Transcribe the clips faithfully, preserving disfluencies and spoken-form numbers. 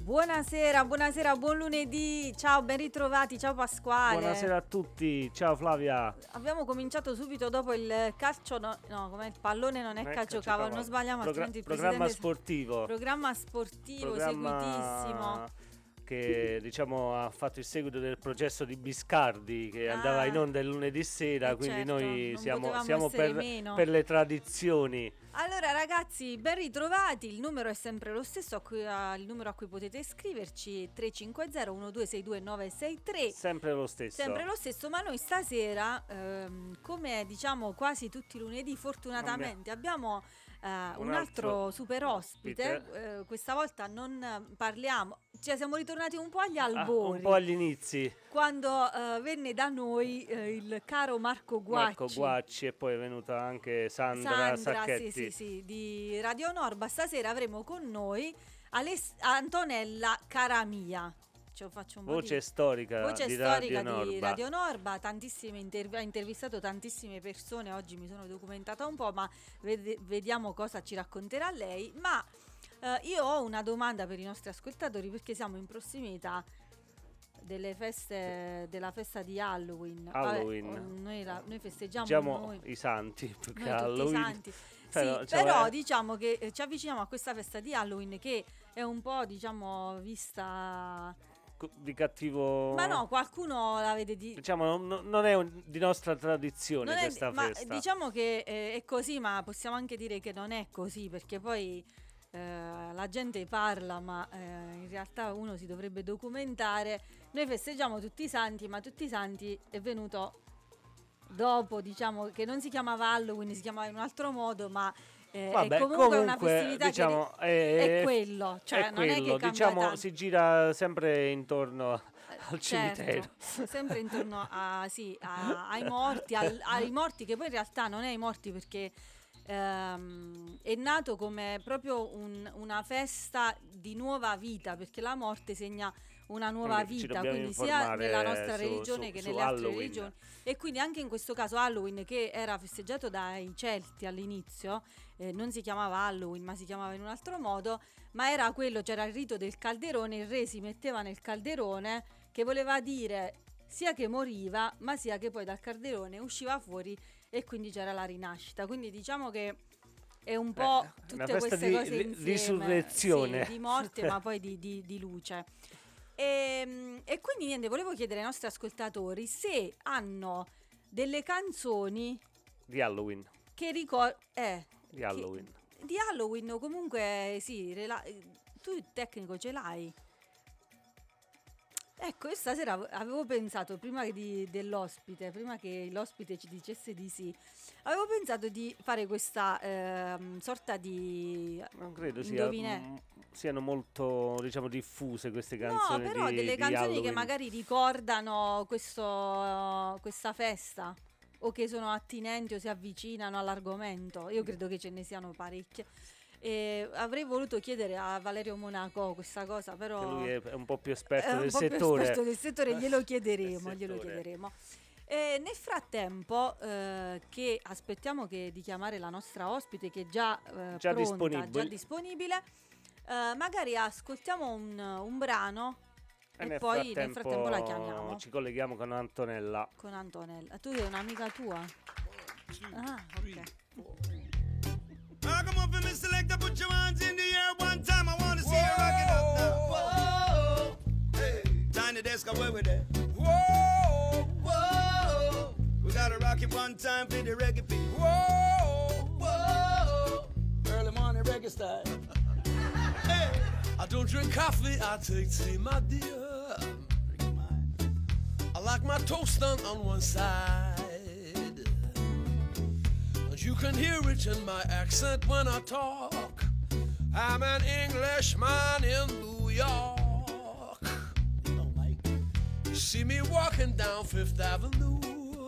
Buonasera, buonasera, buon lunedì, ciao, ben ritrovati, ciao Pasquale. Buonasera a tutti, ciao Flavia. Abbiamo cominciato subito dopo il calcio, no, no come il pallone non è, Non è calciocavo, calciocavo. non sbagliamo, Progra- altrimenti il programma presidente... sportivo. Programma sportivo, Programma seguitissimo. Che diciamo ha fatto il seguito del processo di Biscardi che Ah, andava in onda il lunedì sera, eh quindi certo, noi non siamo, potevamo siamo essere per, meno. per le tradizioni. Allora ragazzi, ben ritrovati, il numero è sempre lo stesso, a cui, uh, il numero a cui potete scriverci tre cinque zero uno due sei due nove sei tre. Sempre lo stesso. Sempre lo stesso, ma noi stasera, ehm, come diciamo quasi tutti i lunedì, fortunatamente abbiamo eh, un, un altro, altro super ospite. ospite. Eh, questa volta non parliamo, cioè siamo ritornati un po' agli Ah, albori, un po' agli inizi. quando eh, venne da noi eh, il caro Marco Guacci. Marco Guacci e poi è venuta anche Sandra, Sandra, Sacchetti. sì, sì, sì, di Radio Norba. Stasera avremo con noi Aless- Antonella Caramia. Ce lo faccio un po' Voce di... storica Voce di storica Radio di Norba. Radio Norba, tantissime interv- ha intervistato tantissime persone, oggi mi sono documentata un po', ma ved- vediamo cosa ci racconterà lei. Ma eh, io ho una domanda per i nostri ascoltatori, perché siamo in prossimità delle feste, della festa di Halloween. Halloween. Vabbè, noi, la, noi festeggiamo Diciamo noi, i santi più che noi tutti i Halloween. santi. Però, Sì, cioè, però eh, diciamo che eh, ci avviciniamo a questa festa di Halloween che è un po', diciamo, vista... co- di cattivo. Ma no, qualcuno la vede di... Diciamo, non, non è un- di nostra tradizione Non è- questa ma festa. diciamo che eh, è così, ma possiamo anche dire che non è così, perché poi eh, la gente parla, ma eh, in realtà uno si dovrebbe documentare. Noi festeggiamo tutti i santi, ma tutti i santi è venuto dopo, diciamo, che non si chiamava Halloween, si chiamava in un altro modo, ma eh, Vabbè, è comunque, una comunque, festività diciamo, che ri- è, è quello, cioè è non è che quello, cambia diciamo, tanto. si gira sempre intorno al Certo, cimitero. sempre intorno a, sì, a- ai morti, al- ai morti che poi in realtà non è ai morti, perché ehm, è nato come proprio un- una festa di nuova vita, perché la morte segna una nuova Quindi ci vita, dobbiamo quindi sia informare nella nostra su- religione su- che su nelle altre Halloween. religioni, e quindi anche in questo caso Halloween, che era festeggiato dai Celti all'inizio, eh, non si chiamava Halloween ma si chiamava in un altro modo, ma era quello, c'era il rito del calderone, il re si metteva nel calderone, che voleva dire sia che moriva, ma sia che poi dal calderone usciva fuori e quindi c'era la rinascita. Quindi diciamo che è un po' Eh, tutte una festa queste di cose ri- insieme, risurrezione. sì, di morte ma poi di, di- di luce. E, e quindi niente, volevo chiedere ai nostri ascoltatori se hanno delle canzoni Di Halloween. che ricordano eh, Di Halloween. che- di Halloween, o comunque sì, rela- tu il tecnico ce l'hai? Ecco, io stasera ave- avevo pensato, prima che di- dell'ospite, prima che l'ospite ci dicesse di sì, avevo pensato di fare questa ehm, sorta di Non credo sia, indovine- mm, siano molto, diciamo, diffuse queste No, canzoni. però di, delle di canzoni che Halloween. magari ricordano questo, questa festa, o che sono attinenti o si avvicinano all'argomento. Io credo che ce ne siano parecchie. E avrei voluto chiedere a Valerio Monaco questa cosa, però Che lui è, è un po' più esperto è un del po' più settore. esperto del settore, glielo chiederemo, Del glielo settore. chiederemo. E nel frattempo, eh, che aspettiamo che di chiamare la nostra ospite, che è già, eh, Già pronta, disponibile. già disponibile, eh, magari ascoltiamo un, un brano e, nel poi nel frattempo la chiamiamo ci colleghiamo con Antonella. con Antonella. Tu sei un'amica tua? Ah, ok. Ah, come on, for me selector, put your hands in the air one time. I wanna see you rock it up now. Whoa, hey, Tiny Desk, where we there? Whoa, whoa, we gotta rock it one time for the reggae beat. Whoa, whoa, early morning reggae style. Hey, I don't drink coffee, I take tea, my dear. I like my toast done on one side. And you can hear it in my accent when I talk. I'm an Englishman in New York. You see me walking down Fifth Avenue,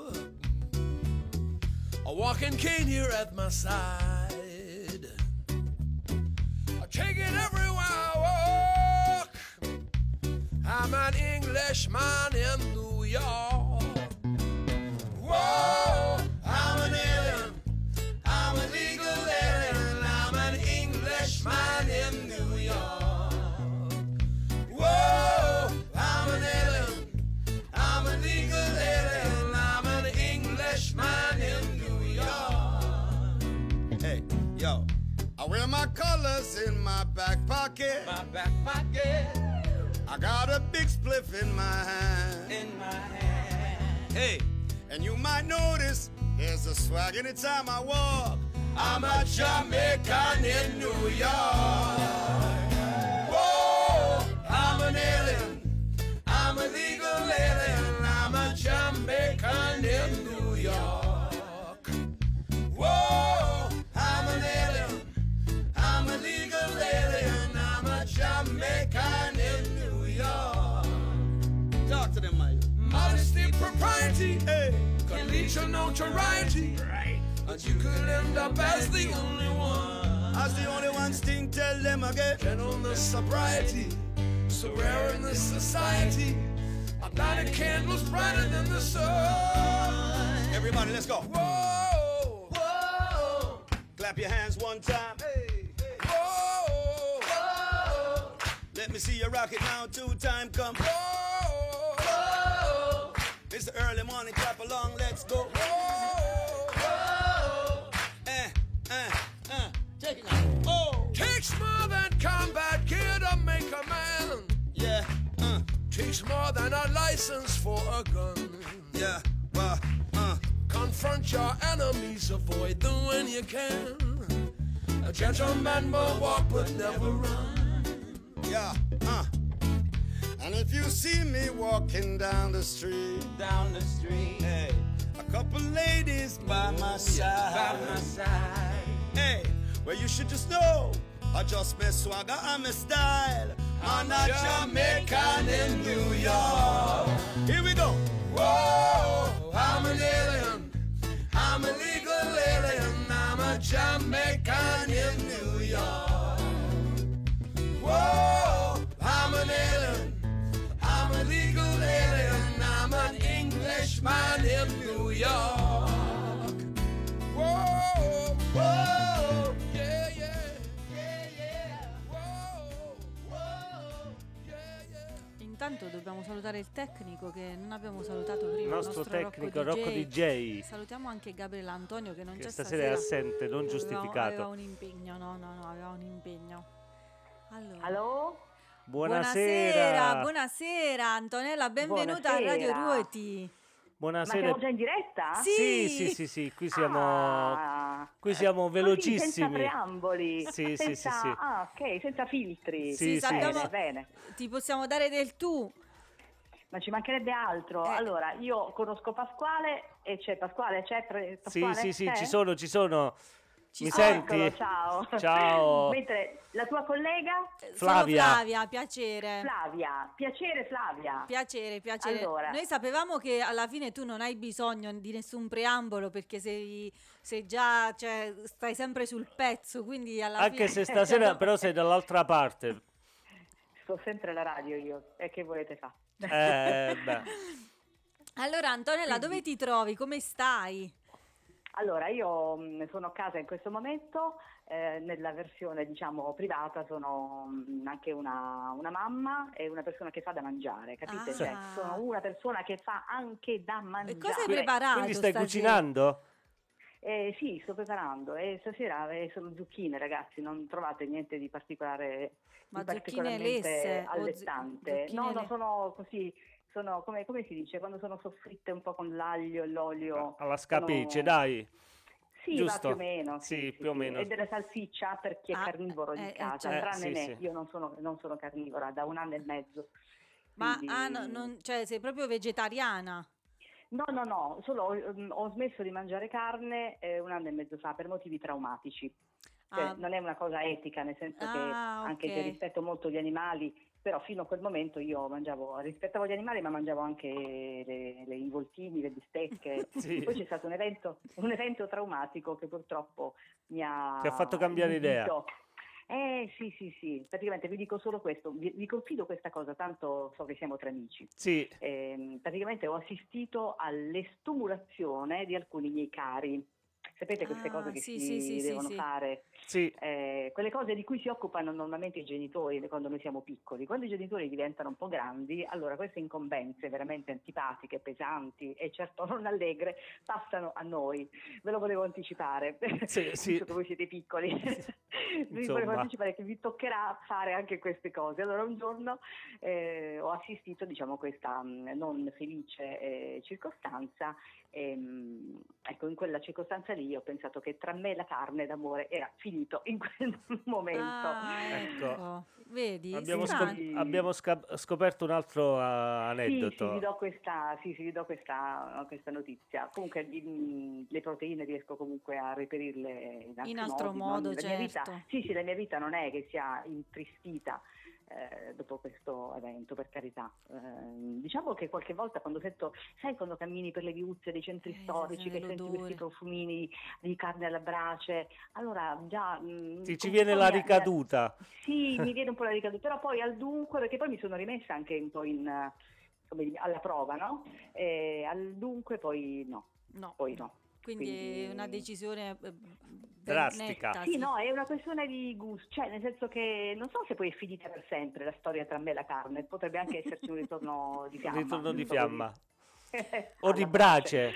a walking cane here at my side. I take it everywhere I walk. I'm an Englishman in New York. Whoa, I'm an alien. I'm a legal alien. I'm an Englishman in New York. I wear my colors in my back pocket. My back pocket. I got a big spliff in my hand. In my hand. Hey, and you might notice there's a swag anytime I walk. I'm a Jamaican in New York. Whoa, I'm an alien. I'm a legal alien. I'm a Jamaican in New York. Whoa, I'm an alien. I'm a legal alien. I'm a Jamaican in New York. Talk to them, Mike. Modesty, propriety, Hey, collegial notoriety. right. But you could end up as the only one. As the only one sting, tell them again. Gentleness, sobriety, so rare in this society. A lighted candle's brighter than the sun. Everybody, let's go. Whoa, Whoa. Clap your hands one time. Hey, hey. whoa, Whoa. Let me see you rock it now. Two time come. whoa, Whoa. It's the early morning. Clap along. Let's go. whoa. Whoa. Eh, eh, eh. Take it now. Oh. Takes more than combat gear to make a man. Yeah. Uh. Takes more than a license for a gun. Yeah. Well. Uh. Confront your enemies, avoid them when you can. A gentleman will walk but never run. Yeah. Uh. And if you see me walking down the street, Down the street, hey, a couple ladies by my side. by my side. Hey, well, you should just know I just my swagger and my style. I'm a Jamaican in New York. Here we go. Whoa, I'm an alien. I'm a legal alien. I'm a Jamaican in New York. Whoa, I'm an alien. I'm a legal alien. I'm an Englishman in New York. Whoa, whoa, yeah, yeah, yeah, yeah. Whoa, whoa, yeah, yeah. Intanto dobbiamo salutare il tecnico che non abbiamo salutato prima. Il nostro tecnico Rocco D J, Salutiamo anche Gabriele Antonio che non che c'è stasera è assente, non Aveva- giustificato. Aveva un impegno, no, no, no, aveva un impegno. Allora. Allo? Buonasera. buonasera Antonella, benvenuta a Buonasera. Radio Ruoti. Ma Buonasera. siamo già in diretta? Sì. Sì, sì, sì, sì, qui siamo Ah, qui siamo così, velocissimi. senza preamboli. Sì, sì, senza, sì, sì. Ah, ok, senza filtri. Sì, sì, sappiamo- Bene, bene. Ti possiamo dare del tu. Ma ci mancherebbe altro. Eh. Allora, io conosco Pasquale e c'è Pasquale, c'è pre- Sì, Pasquale? sì, sì, C'è? ci sono, ci sono. Ci Mi sono. senti? Eccolo, ciao. Ciao. Mentre la tua collega? Sono Flavia. Flavia, piacere. Flavia. Piacere Flavia. Piacere, piacere. Allora. Noi sapevamo che alla fine tu non hai bisogno di nessun preambolo perché sei, sei già, cioè, stai sempre sul pezzo, quindi alla Anche fine... se stasera però sei dall'altra parte. Sto sempre alla radio io. E che volete fare? Eh, beh. Allora Antonella, dove ti trovi? Come stai? Allora, io mh, sono a casa in questo momento, eh, nella versione diciamo privata sono mh, anche una, una mamma e una persona che fa da mangiare, capite? Ah. Cioè, sono una persona che fa anche da mangiare. E cosa hai preparato Quindi stai stasera? cucinando? Eh, sì, sto preparando e stasera eh, sono zucchine, ragazzi, non trovate niente di particolare, Ma di zucchine particolarmente lesse o zu- allettante. zucchine No, no, le- sono così, sono come, come si dice, quando sono soffritte un po' con l'aglio e l'olio. Alla scapice, sono- dai. Sì, Giusto? va più o meno. Sì, più o meno. E della salsiccia per chi è Ah, carnivoro eh, di eh, casa, certo. tranne Eh, sì, me, sì. io non sono, non sono carnivora da un anno e mezzo. Ma quindi- ah, no, non- cioè, sei proprio vegetariana? No, no, no, solo mm, ho smesso di mangiare carne eh, un anno e mezzo fa per motivi traumatici. Cioè, Ah. non è una cosa etica, nel senso che Ah, anche ok. se rispetto molto gli animali, però fino a quel momento io mangiavo, rispettavo gli animali, ma mangiavo anche le, le involtini, le bistecche. Sì. Poi c'è stato un evento, un evento traumatico che purtroppo mi ha... Ti ha fatto cambiare idea. inibito. Eh sì, sì, sì, praticamente vi dico solo questo, vi, vi confido questa cosa, tanto so che siamo tra amici. Sì, Ehm, praticamente ho assistito all'estumulazione di alcuni miei cari. Sapete queste Ah, cose che sì, si sì, sì, sì, devono sì. fare? sì. Eh, quelle cose di cui si occupano normalmente i genitori quando noi siamo piccoli. Quando i genitori diventano un po' grandi, allora queste incombenze veramente antipatiche, pesanti e certo non allegre passano a noi. Ve lo volevo anticipare, Sì, sì. visto che voi siete piccoli. Lui Insomma. vuole partecipare, che vi toccherà fare anche queste cose. Allora un giorno eh, ho assistito, diciamo, a questa mh, non felice eh, circostanza, e, mh, ecco, in quella circostanza lì ho pensato che tra me e la carne d'amore era finito in quel momento. Ah, Ecco. ecco. Vedi? Abbiamo, Strano. scop- abbiamo sca- scoperto un altro uh, Sì, aneddoto. sì, vi do questa, sì, sì, vi do questa, questa notizia. Comunque mh, le proteine riesco comunque a reperirle in altri In altro modi, modo, non- la mia vita, certo. sì, sì, la mia vita non è che sia intristita eh, dopo questo evento, per carità. Eh, diciamo che qualche volta quando sento, sai, quando cammini per le viuzze dei centri Eh, storici, senti che senti l'odore. questi profumini di carne alla brace, allora già... mh, Ti ci un viene po' la mi- mi- ricaduta. Sì, mi viene un po' la ricaduta, però poi al dunque, perché poi mi sono rimessa anche un po' in, eh, come dire, alla prova, no? E al dunque poi no, No. poi no. Quindi, Quindi- è una decisione eh, ben Drastica. netta, Sì, no, è una questione di gusto, cioè nel senso che non so se poi è finita per sempre la storia tra me e la carne, potrebbe anche esserci un ritorno di fiamma. Ritorno di giusto fiamma. così. O di Alla brace.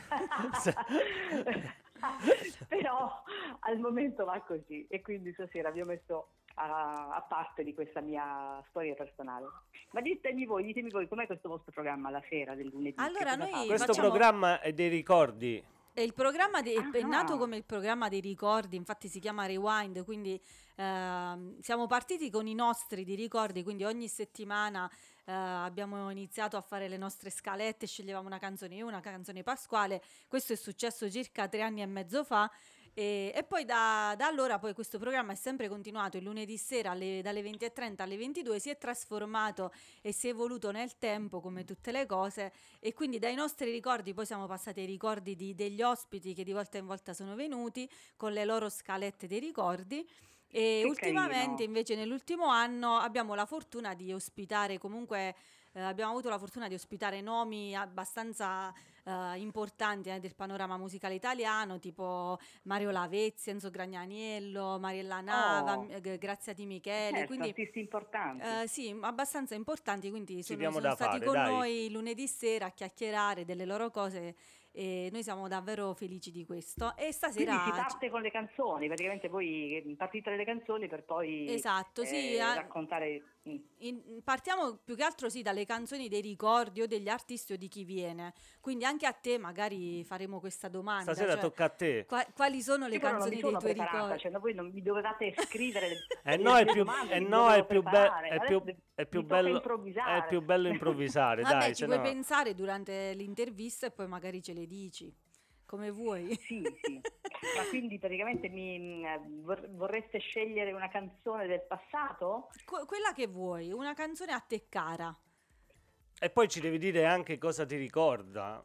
Però al momento va così, e quindi stasera vi ho messo a, a parte di questa mia storia personale. Ma ditemi voi, ditemi voi, com'è questo vostro programma la sera del lunedì? Allora, Che cosa noi fate? Questo facciamo- programma è dei ricordi. È il programma de- è Ah. nato come il programma dei ricordi, infatti si chiama Rewind, quindi ehm, siamo partiti con i nostri di ricordi, quindi ogni settimana eh, abbiamo iniziato a fare le nostre scalette, sceglievamo una canzone io, una canzone pasquale. Questo è successo circa tre anni e mezzo fa. E, e poi da, da allora poi questo programma è sempre continuato il lunedì sera alle- dalle venti e trenta alle ventidue, si è trasformato e si è evoluto nel tempo come tutte le cose, e quindi dai nostri ricordi poi siamo passati ai ricordi di- degli ospiti che di volta in volta sono venuti con le loro scalette dei ricordi. E Che ultimamente carino. invece nell'ultimo anno abbiamo la fortuna di ospitare comunque eh, abbiamo avuto la fortuna di ospitare nomi abbastanza eh, importanti eh, del panorama musicale italiano, tipo Mario Lavezzi, Enzo Gragnaniello, Mariella Nava, Oh. m- G- Grazia Di Michele, Certo, quindi artisti importanti. eh, sì, abbastanza importanti, quindi sono, diamo sono da stati fare, con dai. noi lunedì sera a chiacchierare delle loro cose, e noi siamo davvero felici di questo. E Quindi stasera si ci- parte con le canzoni, praticamente voi partite dalle canzoni per poi Esatto, sì, eh, ah, raccontare... mm. in- partiamo più che altro sì dalle canzoni dei ricordi o degli artisti o di chi viene. Quindi anche a te magari faremo questa domanda. Stasera cioè, tocca a te. qua- quali sono le Io però non canzoni mi dei sono tuoi preparata, ricordi? cioè no, voi non mi dovevate scrivere le, Eh le- no, è le più, domande, eh mi no, dovevo è più, be- preparare. è Adesso più, de- è più mi tocca bello, improvvisare. è più bello improvvisare, Vabbè, dai, ci se puoi no- pensare durante l'intervista e poi magari ce le dici, come vuoi. Sì, sì. Ma quindi praticamente mi mh, vor- vorreste scegliere una canzone del passato? Que- quella che vuoi, una canzone a te cara. E poi ci devi dire anche cosa ti ricorda.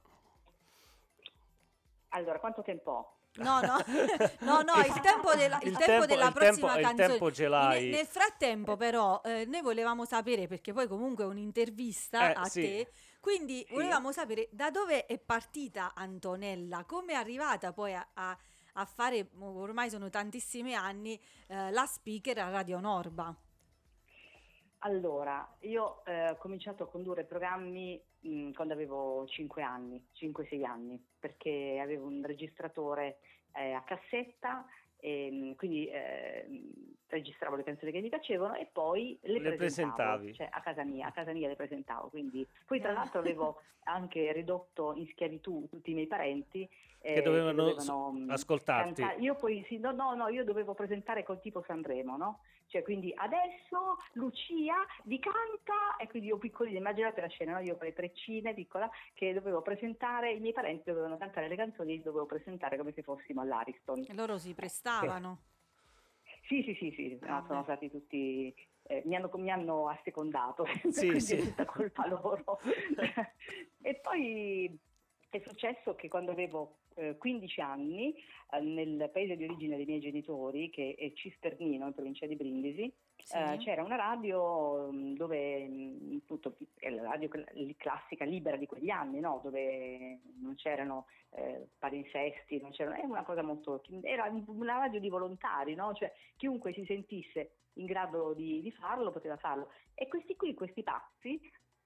Allora, quanto tempo ho? No, no, no, no, il tempo della, il Il tempo tempo- della il prossima tempo- il canzone. tempo ce Ne- l'hai. nel frattempo, però, eh, noi volevamo sapere, perché poi comunque è un'intervista Eh, a sì. te, quindi Sì. volevamo sapere da dove è partita Antonella, come è arrivata poi a, a- a fare, ormai sono tantissimi anni, eh, la speaker a Radio Norba. Allora, io eh, ho cominciato a condurre programmi mh, quando avevo cinque anni, cinque sei anni, perché avevo un registratore eh, a cassetta, e mh, quindi eh, registravo le canzoni che mi piacevano e poi le, Le presentavo, presentavi. cioè a casa mia, a casa mia le presentavo, quindi poi tra Ah. l'altro avevo anche ridotto in schiavitù tutti i miei parenti eh, Che dovevano s- mh, ascoltarti. cantare. Io poi sì, no, no, no, io dovevo presentare col tipo Sanremo, no? Cioè, quindi adesso Lucia vi canta, e quindi io piccolina, immaginate la scena, no? Io con le treccine, piccola, che dovevo presentare, i miei parenti dovevano cantare le canzoni, li dovevo presentare come se fossimo all'Ariston. E loro si prestavano. Sì, sì, sì, sì, no, Vabbè. sono stati tutti, eh, mi, hanno, mi hanno assecondato, Sì, quindi sì. è tutta colpa loro. E poi è successo che quando avevo eh, quindici anni, eh, nel paese di origine dei miei genitori, che è Cisternino, in provincia di Brindisi, Sì. eh, c'era una radio mh, dove, mh, tutto, è la radio cl- classica libera di quegli anni, no? Dove non c'erano eh, palinsesti, non c'erano, è una cosa molto, era una radio di volontari, no? Cioè chiunque si sentisse in grado di, di farlo poteva farlo. E questi qui, questi pazzi,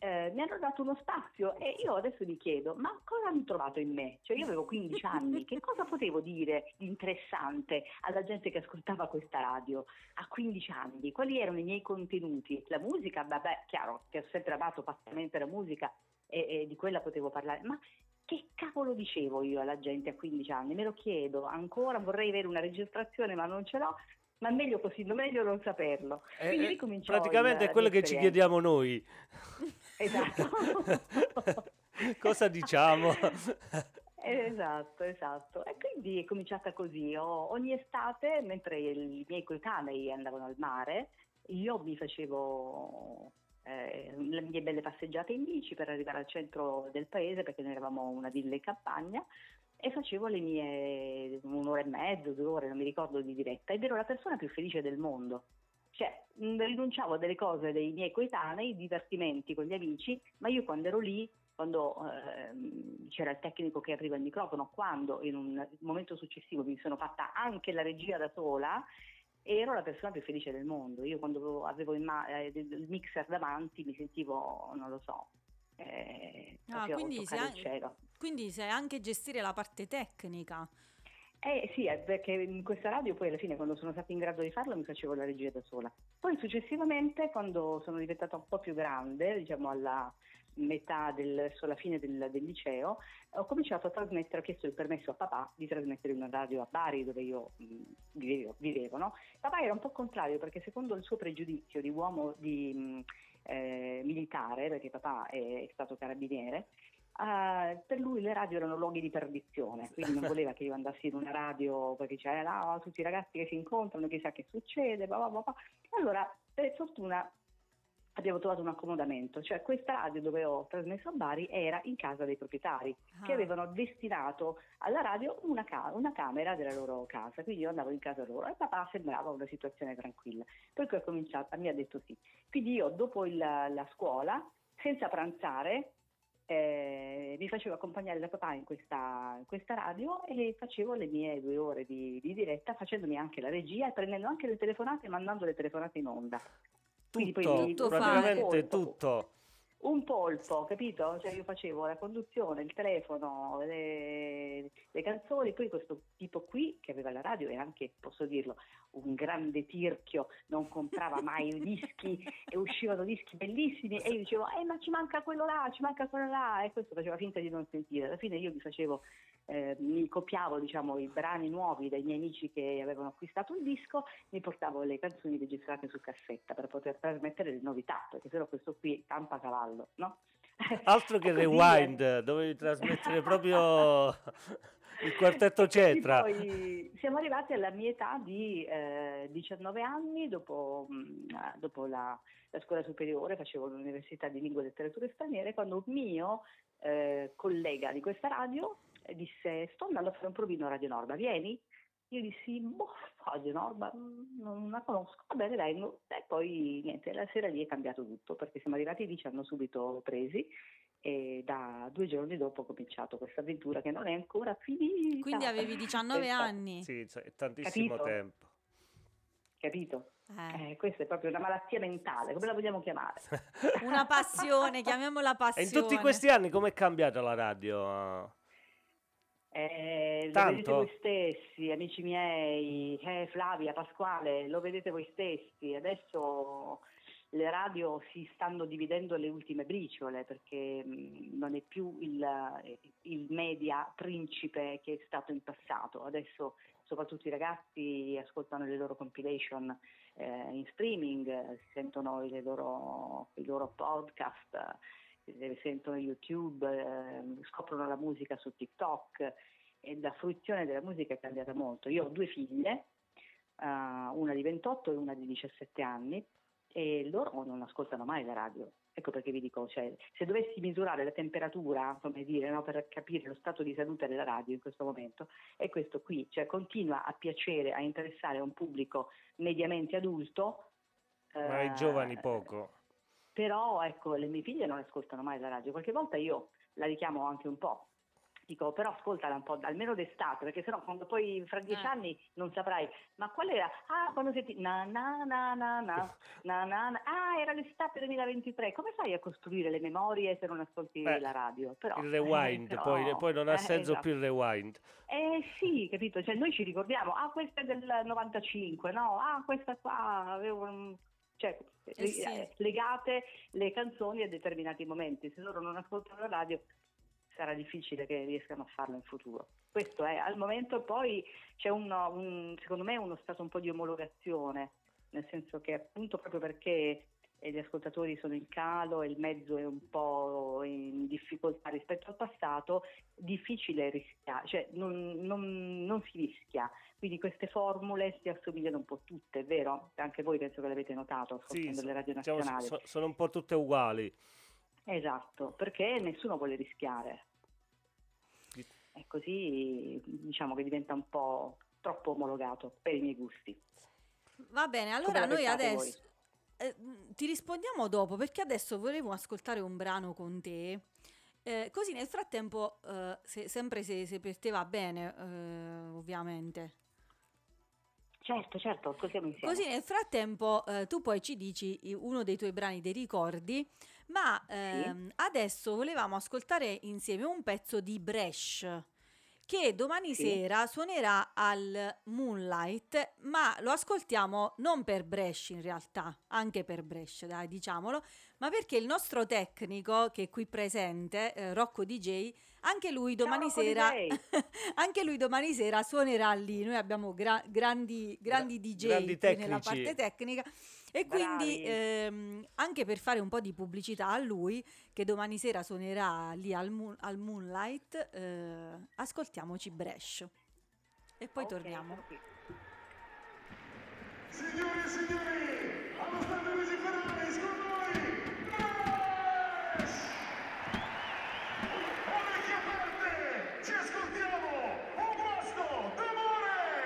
eh, mi hanno dato uno spazio e io adesso mi chiedo, ma cosa hanno trovato in me? Cioè io avevo quindici anni, che cosa potevo dire di interessante alla gente che ascoltava questa radio a quindici anni? Quali erano i miei contenuti? La musica, vabbè, chiaro, che ho sempre amato pazzamente la musica e, e di quella potevo parlare, ma che cavolo dicevo io alla gente a quindici anni? Me lo chiedo ancora, vorrei avere una registrazione ma non ce l'ho. Ma meglio così, meglio non saperlo. Quindi Eh, ricominciò praticamente il- è quello che ci l'esperienza. chiediamo noi. Esatto. Cosa diciamo? Esatto, esatto. E quindi è cominciata così. Ho- ogni estate, mentre i miei coetanei andavano al mare, io mi facevo eh, le mie belle passeggiate in bici per arrivare al centro del paese, perché noi eravamo una villa in campagna, e facevo le mie un'ora e mezzo, due ore, non mi ricordo, di diretta, ed ero la persona più felice del mondo. Cioè, mh, rinunciavo a delle cose dei miei coetanei, divertimenti con gli amici, ma io quando ero lì, quando ehm, c'era il tecnico che apriva il microfono, quando in un momento successivo mi sono fatta anche la regia da sola, ero la persona più felice del mondo. Io quando avevo il, ma- eh, il mixer davanti mi sentivo, non lo so, eh, Ah, proprio quindi sai, toccare il an- cielo. quindi sai anche gestire la parte tecnica. Eh sì, è perché in questa radio poi alla fine, quando sono stata in grado di farlo, mi facevo la regia da sola. Poi successivamente, quando sono diventata un po' più grande, diciamo alla metà del, verso la fine del, del liceo, ho cominciato a trasmettere, ho chiesto il permesso a papà di trasmettere una radio a Bari, dove io mh, vivevo, vivevo, no? Papà era un po' contrario, perché secondo il suo pregiudizio di uomo di, mh, eh, militare, perché papà è, è stato carabiniere, Uh, per lui le radio erano luoghi di perdizione, quindi non voleva che io andassi in una radio perché c'erano tutti i ragazzi che si incontrano, chissà che succede, bla bla bla bla. Allora, per fortuna abbiamo trovato un accomodamento, cioè questa radio dove ho trasmesso a Bari era in casa dei proprietari, Ah. che avevano destinato alla radio una, ca- una camera della loro casa, quindi io andavo in casa loro e papà sembrava una situazione tranquilla, per cui ho cominciato, mi ha detto sì. Quindi io dopo il, la scuola, senza pranzare, Eh, mi facevo accompagnare da papà in questa, in questa radio e facevo le mie due ore di, di diretta, facendomi anche la regia e prendendo anche le telefonate e mandando le telefonate in onda. Quindi Tutto, poi mi- Tutto praticamente un polpo, tutto. un polpo, capito? Cioè io facevo la conduzione, il telefono, le, le canzoni, poi questo tipo qui che aveva la radio era anche, posso dirlo, un grande tirchio, non comprava mai i dischi e uscivano dischi bellissimi e io dicevo eh ma ci manca quello là, ci manca quello là, e questo faceva finta di non sentire. Alla fine io mi facevo eh, mi copiavo, diciamo, i brani nuovi dai miei amici che avevano acquistato il disco, mi portavo le canzoni registrate su cassetta per poter trasmettere le novità, perché sennò questo qui tampa cavallo, no? Altro che E così, rewind, eh. dovevi trasmettere proprio il quartetto E così Cetra. poi siamo arrivati alla mia età di eh, diciannove anni, dopo, mh, dopo la, la scuola superiore, facevo l'università di lingue e letterature straniere, quando un mio eh, collega di questa radio eh, disse sto andando a fare un provino a Radio Norma, vieni? Io dissi, boh, Radio Norma, mh, non la conosco, va bene, vengo. E poi niente, la sera lì è cambiato tutto, perché siamo arrivati lì, ci hanno subito presi e da due giorni dopo ho cominciato questa avventura che non è ancora finita. Quindi avevi diciannove Questa- anni. Sì, cioè, è tantissimo Capito? tempo. Capito? Eh, Eh, questa è proprio una malattia mentale, come la vogliamo chiamare? Una passione, chiamiamola E passione. in tutti questi anni com'è cambiata la radio? Eh, lo Tanto? vedete voi stessi, amici miei, eh, Flavia, Pasquale, lo vedete voi stessi. Adesso le radio si stanno dividendo le ultime briciole, perché mh, non è più il, il media principe che è stato in passato. Adesso soprattutto i ragazzi ascoltano le loro compilation eh, in streaming, eh, sentono le loro, i loro podcast, eh, sentono YouTube, eh, scoprono la musica su TikTok e la fruizione della musica è cambiata molto. Io ho due figlie, uh, una di ventotto e una di diciassette anni, e loro non ascoltano mai la radio. Ecco perché vi dico, cioè, se dovessi misurare la temperatura, come dire, no, per capire lo stato di salute della radio in questo momento, è questo qui, cioè continua a piacere, a interessare a un pubblico mediamente adulto, Ma ai eh, giovani poco. però ecco, le mie figlie non ascoltano mai la radio, qualche volta io la richiamo anche un po', mitico, però ascoltala un po', almeno d'estate, perché sennò quando poi fra dieci Eh. anni non saprai, ma qual era? Ah, quando senti na na na na na, na na na, ah, era l'estate duemilaventitré, come fai a costruire le memorie se non ascolti Eh, la radio? Però, Il rewind, eh, però- poi, poi non ha eh, senso esatto. più il rewind. Eh sì, capito? Cioè noi ci ricordiamo, ah questa è del novantacinque, no? Ah questa qua aveva un... Cioè, Eh sì. eh, legate le canzoni a determinati momenti. Se loro non ascoltano la radio sarà difficile che riescano a farlo in futuro. Questo è, al momento poi c'è uno, un, secondo me uno stato un po' di omologazione, nel senso che appunto proprio perché e gli ascoltatori sono in calo e il mezzo è un po' in difficoltà rispetto al passato, difficile rischiare, cioè non, non, non si rischia, quindi queste formule si assomigliano un po' tutte, è vero? Anche voi penso che l'avete notato ascoltando Sì, le radio diciamo, nazionali. so- sono un po' tutte uguali. Esatto, perché nessuno vuole rischiare. E così diciamo che diventa un po' troppo omologato per i miei gusti. Va bene, Come allora la noi pensate adesso eh, mh, ti rispondiamo dopo, perché adesso volevo ascoltare un brano con te. Eh, così nel frattempo, eh, se- sempre se, se per te va bene, eh, ovviamente. Certo, certo, ascoltiamo insieme. Così nel frattempo eh, tu poi ci dici i- uno dei tuoi brani dei ricordi, ma ehm, adesso volevamo ascoltare insieme un pezzo di Bresh che domani Sì. sera suonerà al Moonlight, ma lo ascoltiamo non per Bresh in realtà, anche per Bresh, dai, diciamolo, ma perché il nostro tecnico che è qui presente, eh, Rocco D J, anche lui domani Rocco sera D J. anche lui domani sera suonerà lì. Noi abbiamo gra- grandi, grandi D J grandi qui nella tecnici. parte tecnica e quindi Bravi. ehm, anche per fare un po' di pubblicità a lui che domani sera suonerà lì al, Moon- al Moonlight, eh, ascoltiamoci Bresh e poi Ok, torniamo. sono qui. Signore e signori, allo stadio Luigi Ferraris con noi, Bresh! Orecchie aperte, ci ascoltiamo, un guasto d'amore!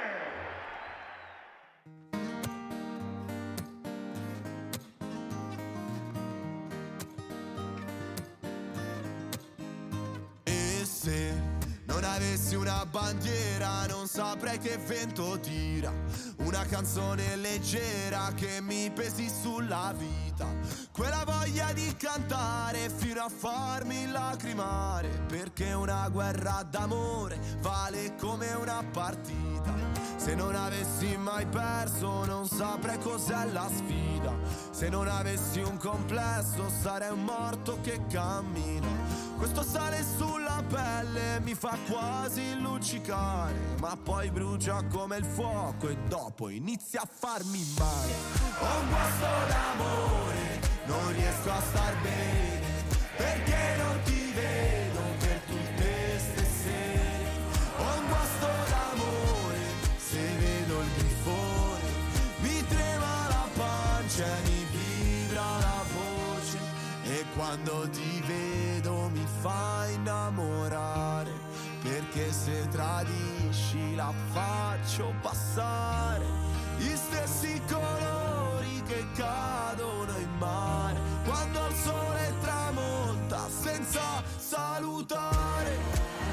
E se non avessi una bandiera non saprei che vento tira. Una canzone leggera che mi pesi sulla vita. Quella voglia di cantare fino a farmi lacrimare. Perché una guerra d'amore vale come una partita. Se non avessi mai perso non saprei cos'è la sfida. Se non avessi un complesso sarei un morto che cammina. Questo sale sulla pelle mi fa quasi luccicare, ma poi brucia come il fuoco e dopo inizia a farmi male. Ho un guasto d'amore, non riesco a star bene, perché non ti vedo per tutte ste sere. Ho un guasto d'amore, se vedo il grifone, mi trema la pancia e mi vibra la voce. E quando ti vedo mi fa innamorare, perché se tradisci la faccio passare. Gli stessi colori che cadono in mare quando il sole tramonta senza salutare.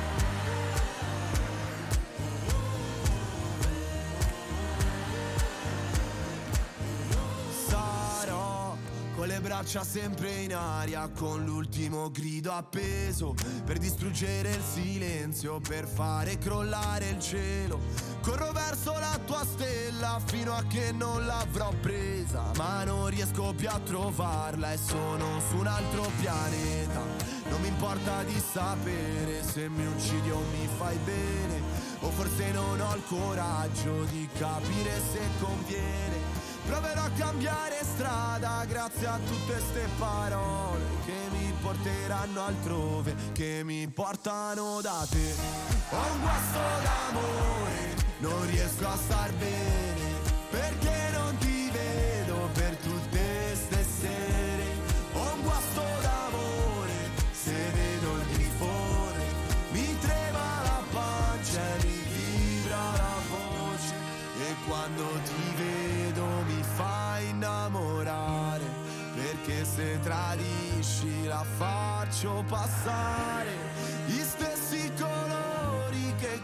Sarò con le braccia sempre in aria, con l'ultimo grido appeso, per distruggere il silenzio, per fare crollare il cielo. Corro verso la tua stella fino a che non l'avrò presa, ma non riesco più a trovarla e sono su un altro pianeta. Non mi importa di sapere se mi uccidi o mi fai bene, o forse non ho il coraggio di capire se conviene. Proverò a cambiare strada grazie a tutte ste parole che mi porteranno altrove, che mi portano da te. Ho un guasto d'amore, non riesco a star bene, perché non ti vedo per tutte ste sere. Ho un guasto d'amore, se vedo il grifone, mi trema la pancia e mi vibra la voce. E quando ti vedo mi fai innamorare, perché se tradisci la faccio passare. Gli stessi colori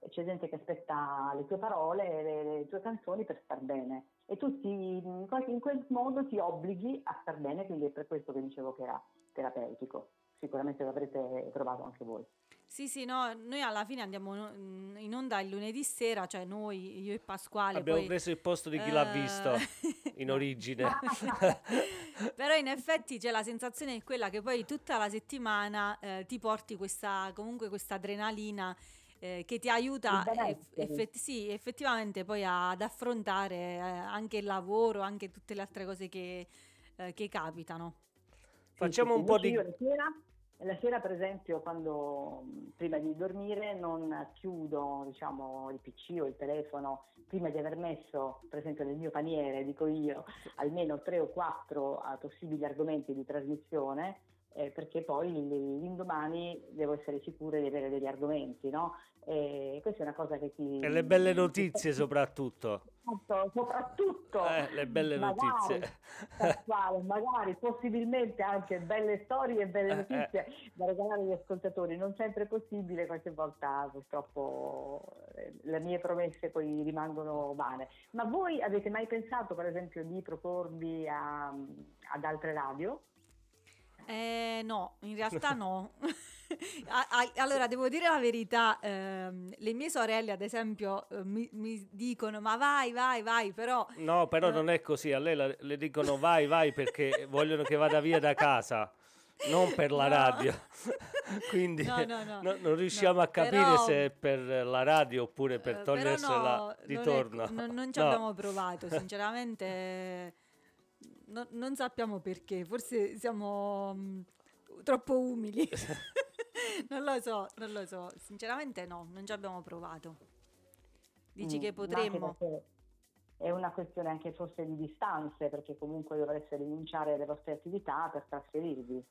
c'è gente che aspetta le tue parole, le, le tue canzoni per star bene, e tu ti, in qual- in quel modo ti obblighi a star bene, quindi è per questo che dicevo che era terapeutico. Sicuramente l'avrete provato anche voi. Sì, sì, no, noi alla fine andiamo no- in onda il lunedì sera, cioè noi, io e Pasquale. Abbiamo poi, preso il posto di chi eh, l'ha visto in no. origine. Però in effetti c'è la sensazione è quella che poi tutta la settimana eh, ti porti questa, comunque questa adrenalina eh, che ti aiuta Il benessere. eff- effetti- sì, effettivamente poi a- ad affrontare eh, anche il lavoro, anche tutte le altre cose che, eh, che capitano. Facciamo Sì, un sì, po' invece di... io la sera, la sera, per esempio, quando mh, prima di dormire non chiudo, diciamo, il P C o il telefono prima di aver messo, per esempio, nel mio paniere, dico io, almeno tre o quattro eh, possibili argomenti di trasmissione, eh, perché poi l- l'indomani devo essere sicura di avere degli argomenti, no? E questa è una cosa che ti... E le belle notizie soprattutto. Soprattutto, Eh, le belle magari, notizie. Pasquale, magari possibilmente anche belle storie e belle Eh, notizie da regalare agli ascoltatori. Non sempre è possibile, qualche volta purtroppo eh, le mie promesse poi rimangono vane. Ma voi avete mai pensato, per esempio, di proporvi a- ad altre radio? Eh, no, in realtà no. A- a- Allora, devo dire la verità, ehm, le mie sorelle, ad esempio, eh, mi, mi dicono ma vai, vai, vai, però... No, però eh, non è così. A lei la- le dicono vai, vai perché vogliono che vada via da casa, non per la No. radio. Quindi No, no, no, no- non riusciamo no, a capire però- se è per la radio oppure per Eh, però togliersela no, di non, è- torno. non- non ci No. abbiamo provato, sinceramente no- non sappiamo perché, forse siamo mh, troppo umili. Non lo so, non lo so, sinceramente no, non ci abbiamo provato. Dici Mm, che ma anche potremmo? perché è una questione anche forse di distanze, perché comunque dovreste rinunciare alle vostre attività per trasferirvi.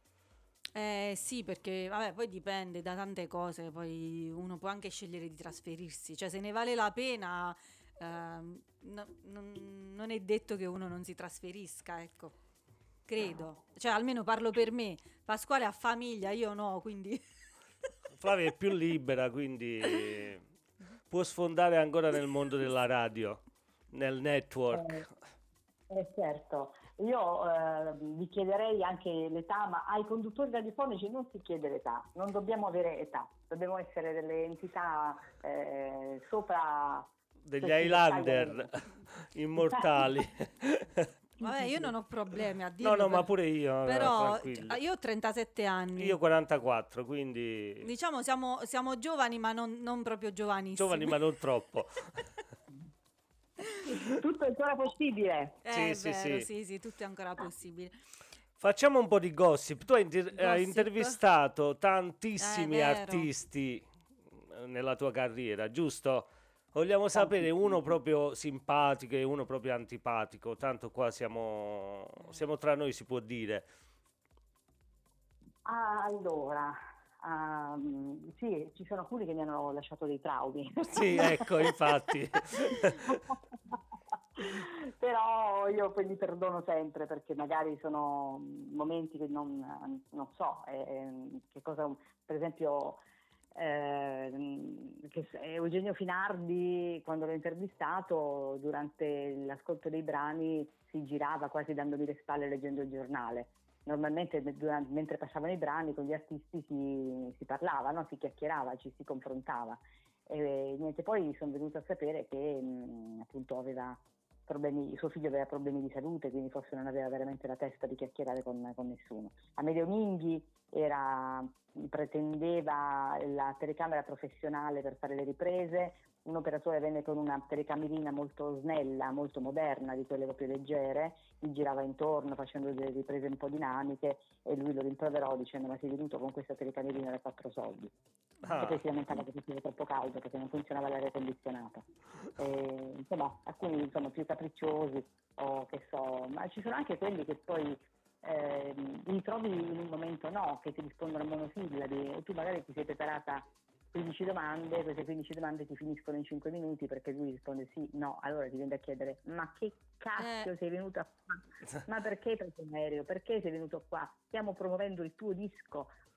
Eh sì, perché vabbè, poi dipende da tante cose, poi uno può anche scegliere di trasferirsi, cioè se ne vale la pena, ehm, no- non, non è detto che uno non si trasferisca, ecco, credo, cioè almeno parlo per me, Pasquale ha famiglia, io no, quindi... Flavia è più libera, quindi può sfondare ancora nel mondo della radio, nel network. Eh, eh, certo, io eh, vi chiederei anche l'età, ma ai conduttori radiofonici non si chiede l'età, non dobbiamo avere età, dobbiamo essere delle entità eh, sopra... Degli questi Highlander dettagli. immortali. Vabbè, io non ho problemi a No, dirlo, no, ma per- pure io, no, però tranquilli. cioè, io ho trentasette anni. Io quarantaquattro, quindi Diciamo siamo, siamo giovani, ma non, non proprio giovanissimi. giovani ma non troppo. Tutto è ancora possibile. Eh, Sì, è sì, vero, sì. sì, sì, tutto è ancora possibile. Facciamo un po' di gossip. Tu hai, inter- hai Gossip? intervistato tantissimi Eh, vero. artisti eh, nella tua carriera, giusto? Vogliamo sapere uno proprio simpatico e uno proprio antipatico, tanto qua siamo, siamo tra noi, si può dire. Ah, allora, ehm, sì, ci sono alcuni che mi hanno lasciato dei traumi. Sì, ecco, infatti. Però io poi li perdono sempre, perché magari sono momenti che non, non so, eh, che cosa, per esempio, eh, che s- Eugenio Finardi, quando l'ho intervistato, durante l'ascolto dei brani si girava quasi dandomi le spalle leggendo il giornale. Normalmente me- durante- mentre passavano i brani con gli artisti si, si parlava, no? Si chiacchierava, ci si confrontava. E niente, poi sono venuta a sapere che mh, appunto aveva problemi, suo figlio aveva problemi di salute, quindi forse non aveva veramente la testa di chiacchierare con, con nessuno. Amedeo Minghi era, pretendeva la telecamera professionale per fare le riprese, un operatore venne con una telecamerina molto snella, molto moderna, di quelle proprio leggere, gli girava intorno facendo delle riprese un po' dinamiche e lui lo rimproverò dicendo: ma sei venuto con questa telecamerina da quattro soldi. Ah. E poi si lamentava che faceva troppo caldo perché non funzionava l'aria condizionata. E, insomma, alcuni sono più capricciosi o che so, ma ci sono anche quelli che poi eh, li trovi in un momento no, che ti rispondono a monosillabi e tu magari ti sei preparata quindici domande, queste quindici domande ti finiscono in cinque minuti perché lui risponde sì, no, allora ti viene a chiedere: ma che cazzo Eh. sei venuto qua? Ma perché hai preso un aereo? Perché sei venuto qua? Stiamo promuovendo il tuo disco.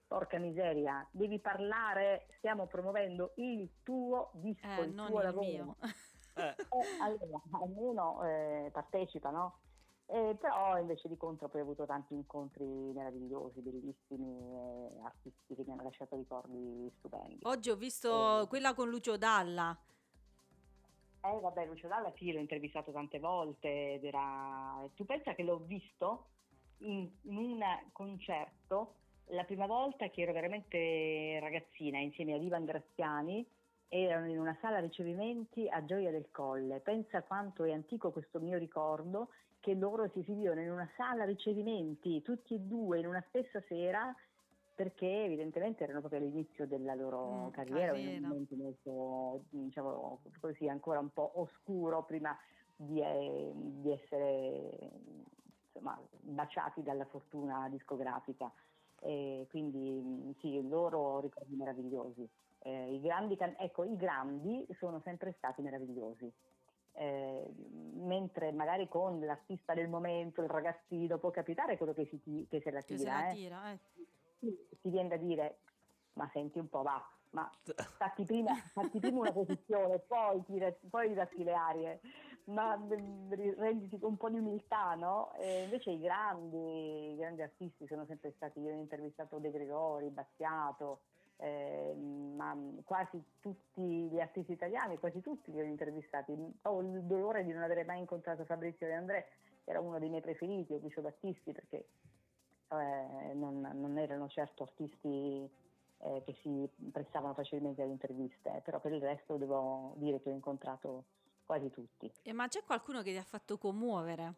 porca miseria, devi parlare, stiamo promuovendo il tuo disco, Eh, il non tuo il lavoro. mio. Eh, Eh, allora, almeno eh, partecipa, no? Eh, però invece di contro poi ho avuto tanti incontri meravigliosi, bellissimi, eh, artisti che mi hanno lasciato ricordi stupendi. Oggi ho visto Eh, quella con Lucio Dalla. Eh vabbè, Lucio Dalla sì, l'ho intervistato tante volte ed era... Tu pensa che l'ho visto in, in un concerto la prima volta che ero veramente ragazzina insieme ad Ivan Graziani, erano in una sala ricevimenti a Gioia del Colle. Pensa quanto è antico questo mio ricordo, che loro si esibivano in una sala ricevimenti, tutti e due in una stessa sera, perché evidentemente erano proprio all'inizio della loro Mm, carriera, o in un carriera. momento molto, diciamo così, ancora un po' oscuro prima di, eh, di essere insomma, baciati dalla fortuna discografica. E quindi mh, sì, loro ricordi meravigliosi. Eh, i grandi, can- ecco, i grandi sono sempre stati meravigliosi. Eh, mentre magari con l'artista del momento, il ragazzino, può capitare quello che, si ti- che se la Che se la tira, eh. tira, eh. Sì, ti viene da dire, ma senti un po', va, ma fatti prima, fatti prima una posizione, poi, tira, poi ridatti le arie, ma mm, renditi un po' di umiltà, no? E invece i grandi, i grandi artisti sono sempre stati, io ho intervistato De Gregori, Battiato, eh, ma quasi tutti gli artisti italiani, quasi tutti li ho intervistati. Ho il dolore di non avere mai incontrato Fabrizio De André, che era uno dei miei preferiti, o Lucio Battisti, perché eh, non, non erano certo artisti eh, che si prestavano facilmente alle interviste, però per il resto devo dire che ho incontrato quasi tutti. E ma c'è qualcuno che ti ha fatto commuovere?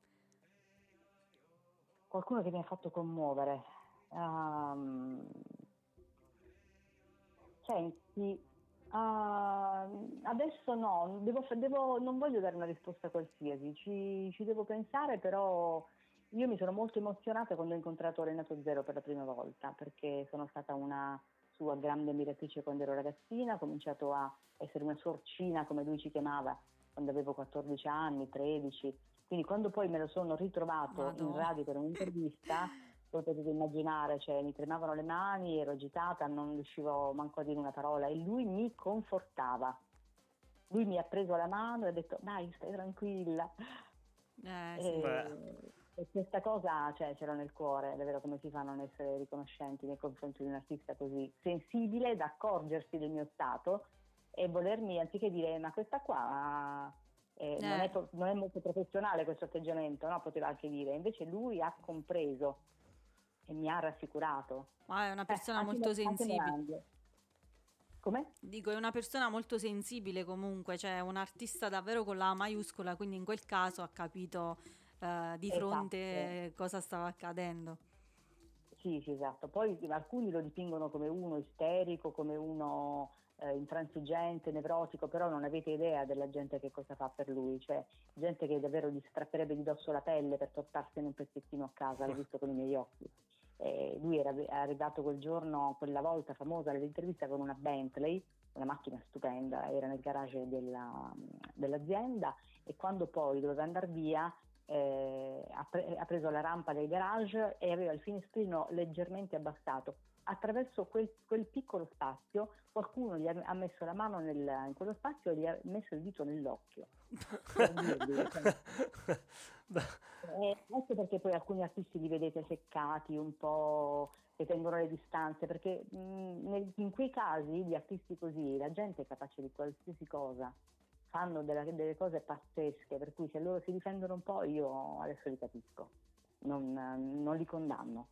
Qualcuno che mi ha fatto commuovere. Ehm, senti, ah, adesso no, devo, devo- non voglio dare una risposta qualsiasi, ci, ci devo pensare, però io mi sono molto emozionata quando ho incontrato Renato Zero per la prima volta, perché sono stata una sua grande ammiratrice quando ero ragazzina, ho cominciato a essere una sorcina, come lui ci chiamava, quando avevo quattordici anni, tredici, quindi quando poi me lo sono ritrovato in Madò. radio per un'intervista, lo potete immaginare, cioè mi tremavano le mani, ero agitata, non riuscivo manco a dire una parola e lui mi confortava. Lui mi ha preso la mano e ha detto dai, stai tranquilla. Eh, sì. E, e questa cosa cioè, c'era nel cuore, davvero, come si fa a non essere riconoscenti nei confronti di un artista così sensibile da accorgersi del mio stato e volermi, anziché dire ma questa qua eh, non, è, Eh, pro- non è molto professionale questo atteggiamento, no? Poteva anche dire, invece lui ha compreso e mi ha rassicurato. ma è una Eh, persona anche, molto me- anche sensibile. Melania. Come? Dico, è una persona molto sensibile comunque, cioè un artista davvero con la A maiuscola, quindi in quel caso ha capito eh, di Esatto. fronte cosa stava accadendo. Sì, sì, esatto. Poi alcuni lo dipingono come uno isterico, come uno eh, intransigente, nevrotico, però non avete idea della gente che cosa fa per lui, cioè gente che davvero gli strapperebbe di dosso la pelle per portarsene un pezzettino a casa, l'ho visto con i miei occhi. Eh, lui era arrivato quel giorno, quella volta famosa all'intervista con una Bentley, una macchina stupenda, era nel garage della, dell'azienda e quando poi doveva andare via eh, ha, pre- ha preso la rampa del garage e aveva il finestrino leggermente abbassato. Attraverso quel, quel piccolo spazio qualcuno gli ha, ha messo la mano nel, in quello spazio e gli ha messo il dito nell'occhio. Per dirvi, cioè, eh, ecco perché poi alcuni artisti li vedete seccati, un po' che tengono le distanze, perché mh, nel- in quei casi di artisti così la gente è capace di qualsiasi cosa, fanno della- delle cose pazzesche, per cui se loro si difendono un po' io adesso li capisco, non, non li condanno.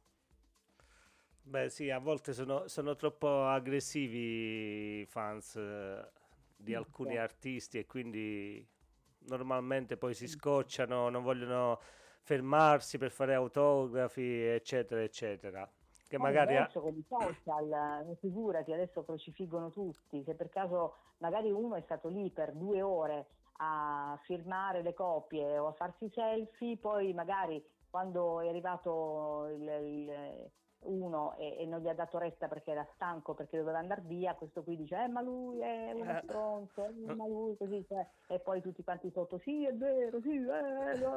Beh, sì, a volte sono, sono troppo aggressivi i fans eh, di alcuni Sì. artisti e quindi normalmente poi si scocciano, non vogliono fermarsi per fare autografi, eccetera, eccetera. Che Poi magari ha- adesso con i social, eh, figurati, adesso crocifiggono tutti, se per caso magari uno è stato lì per due ore a firmare le copie o a farsi selfie, poi magari quando è arrivato il, il- uno e, e non gli ha dato retta perché era stanco, perché doveva andare via, questo qui dice eh ma lui è uno Eh. stronzo, eh, ma lui così, cioè, e poi tutti quanti sotto sì è vero, sì, eh, no.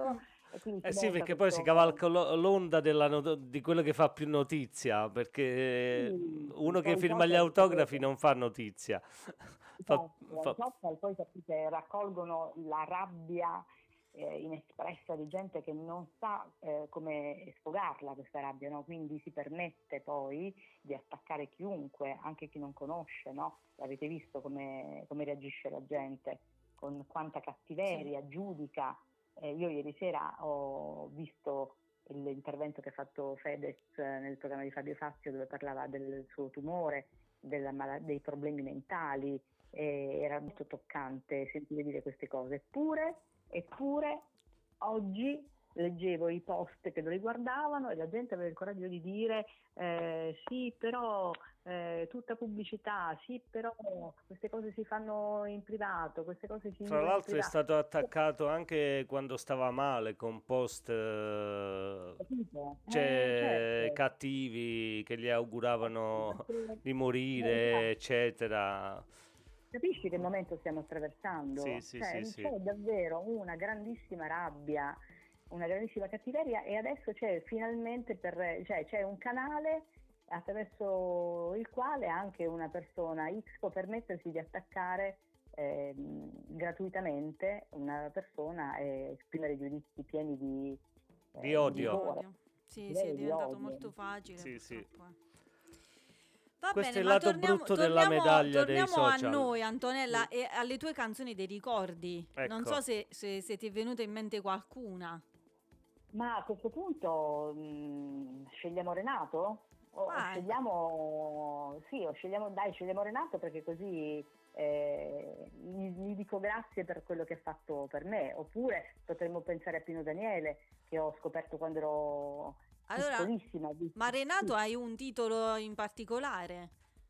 E quindi Eh si sì, monta perché poi si questo... cavalca lo- l'onda della not- di quello che fa più notizia, perché Sì, uno che poi i firma gli social, autografi sapete, non fa notizia. Fa- esatto, i fa- social poi capite, raccolgono la rabbia eh, inespressa di gente che non sa eh, come sfogarla questa rabbia, no? Quindi si permette poi di attaccare chiunque, anche chi non conosce, no? L'avete visto come, come reagisce la gente, con quanta Sì. cattiveria, giudica. Eh, io ieri sera ho visto l'intervento che ha fatto Fedez eh, nel programma di Fabio Fazio, dove parlava del suo tumore, della mala- dei problemi mentali, e era molto toccante sentire dire queste cose. Eppure, eppure oggi leggevo i post che lo riguardavano e la gente aveva il coraggio di dire eh, sì, però eh, tutta pubblicità, sì, però queste cose si fanno in privato, queste cose si Tra dicono in l'altro è privato. stato attaccato anche quando stava male con post eh, Capito? Eh, cioè, certo. cattivi che gli auguravano Perché- di eh, morire, esatto. eccetera. Capisci che momento stiamo Sì, attraversando? sì, Cioè, sì, sì. c'è davvero una grandissima rabbia, una grandissima cattiveria e adesso c'è finalmente per, cioè, c'è un canale attraverso il quale anche una persona X può permettersi di attaccare ehm, gratuitamente una persona e esprimere giudizi pieni di, Di eh, di odio. rigore, Odio. Sì, sì, è direi di diventato odio. molto facile, Sì, sì. purtroppo. eh. Va Questo è bene, il ma lato torniamo, brutto della torniamo, medaglia dei torniamo a social. noi, Antonella, e alle tue canzoni dei ricordi. Non Ecco. so se, se, se ti è venuta in mente qualcuna. Ma a questo punto mh, scegliamo Renato? O, o Vai. scegliamo, sì, o scegliamo, dai, scegliamo Renato perché così eh, gli, gli dico grazie per quello che ha fatto per me. Oppure potremmo pensare a Pino Daniele, che ho scoperto quando ero Allora, piccolissima. di- ma Renato sì, hai un titolo in particolare?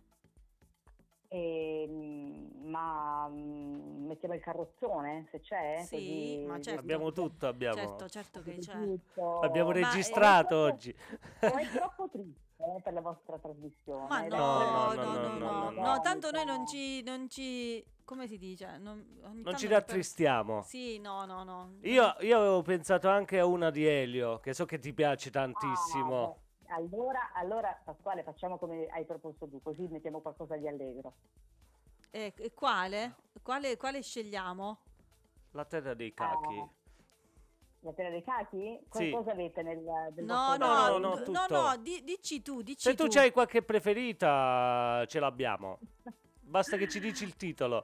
e, mh, ma mh, mettiamo il carrozzone, se c'è, Sì, così ma certo. Abbiamo tutto, abbiamo. Certo, certo che c'è. tutto. Abbiamo Ma, eh, registrato o è oggi. troppo- o è troppo triste eh, per la vostra trasmissione? Ma Dai, no, no, no, no, no, no, no, no, no, no. tanto noi non ci, non ci, come si dice? Non, ogni Non tanto ci per- rattristiamo. Sì, no, no, no. Io, io avevo pensato anche a una di Elio, che so che ti piace Ah, tantissimo. beh, allora, allora Pasquale, facciamo come hai proposto tu, così mettiamo qualcosa di allegro. E, e quale? Quale, quale scegliamo? La terra dei cachi. Ah, la terra dei cachi? Sì. Cosa avete nel, del No, vostro no, no, bagno? no, d- tutto. no, no, di- dici tu, dici Se tu tu. c'hai qualche preferita, ce l'abbiamo. Basta che ci dici il titolo.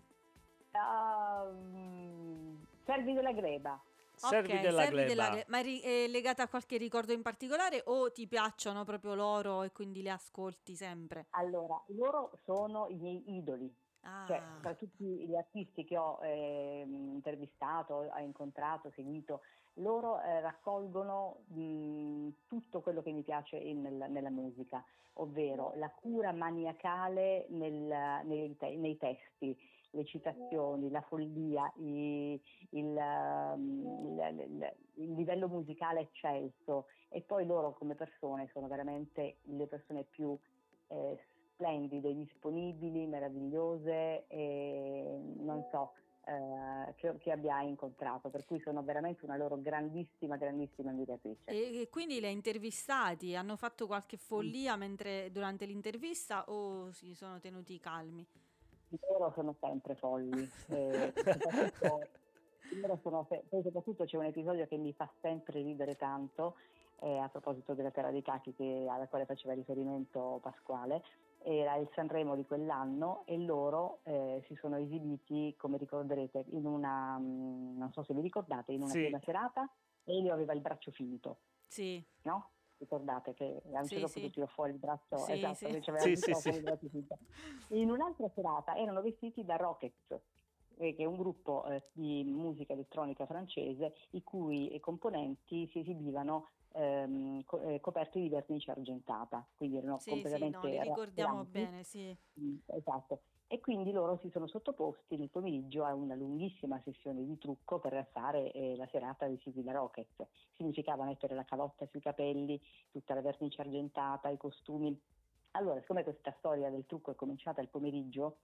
Ah, mm, Servi della Greba. Servi Ok, della servi gleba. della gle- ma è, ri- è legata a qualche ricordo in particolare o ti piacciono proprio loro e quindi le ascolti sempre? Allora, loro sono i miei idoli. Cioè, Ah, tra tutti gli artisti che ho ehm, intervistato, ho incontrato, seguito, loro eh, raccolgono mh, tutto quello che mi piace in- nel- nella musica, ovvero la cura maniacale nel- nei, te- nei testi, le citazioni, la follia, i- il, ehm, il- il- il livello musicale eccelso, e poi loro come persone sono veramente le persone più eh, splendide, disponibili, meravigliose e non so eh, che, che abbia incontrato, per cui sono veramente una loro grandissima, grandissima ammiratrice. e, e quindi li hai intervistati? Hanno fatto qualche follia mentre, durante l'intervista o si sono tenuti calmi? Loro sono sempre folli, eh, soprattutto, loro sono fe- poi soprattutto c'è un episodio che mi fa sempre ridere tanto, eh, a proposito della Terra dei Cachi che- alla quale faceva riferimento Pasquale. Era il Sanremo di quell'anno e loro eh, si sono esibiti, come ricorderete, in una, mh, non so se vi ricordate, in una Sì. prima serata, e Elio aveva il braccio finto, Sì, no? Ricordate che a un Sì, certo sì. punto tirò fuori il braccio, Sì, esatto, sì. che c'aveva Sì, il sì, microfono, sì. il braccio finto. In un'altra serata erano vestiti da Rockets, eh, che è un gruppo eh, di musica elettronica francese i cui eh, componenti si esibivano ehm, co- eh, coperti di vernice argentata, quindi erano sì, sì, completamente no, li ricordiamo raffinati. bene, sì. Mm, esatto. E quindi loro si sono sottoposti nel pomeriggio a una lunghissima sessione di trucco per fare eh, la serata vestiti da Rockets. Significava mettere la calotta sui capelli, tutta la vernice argentata, i costumi. Allora, siccome questa storia del trucco è cominciata il pomeriggio,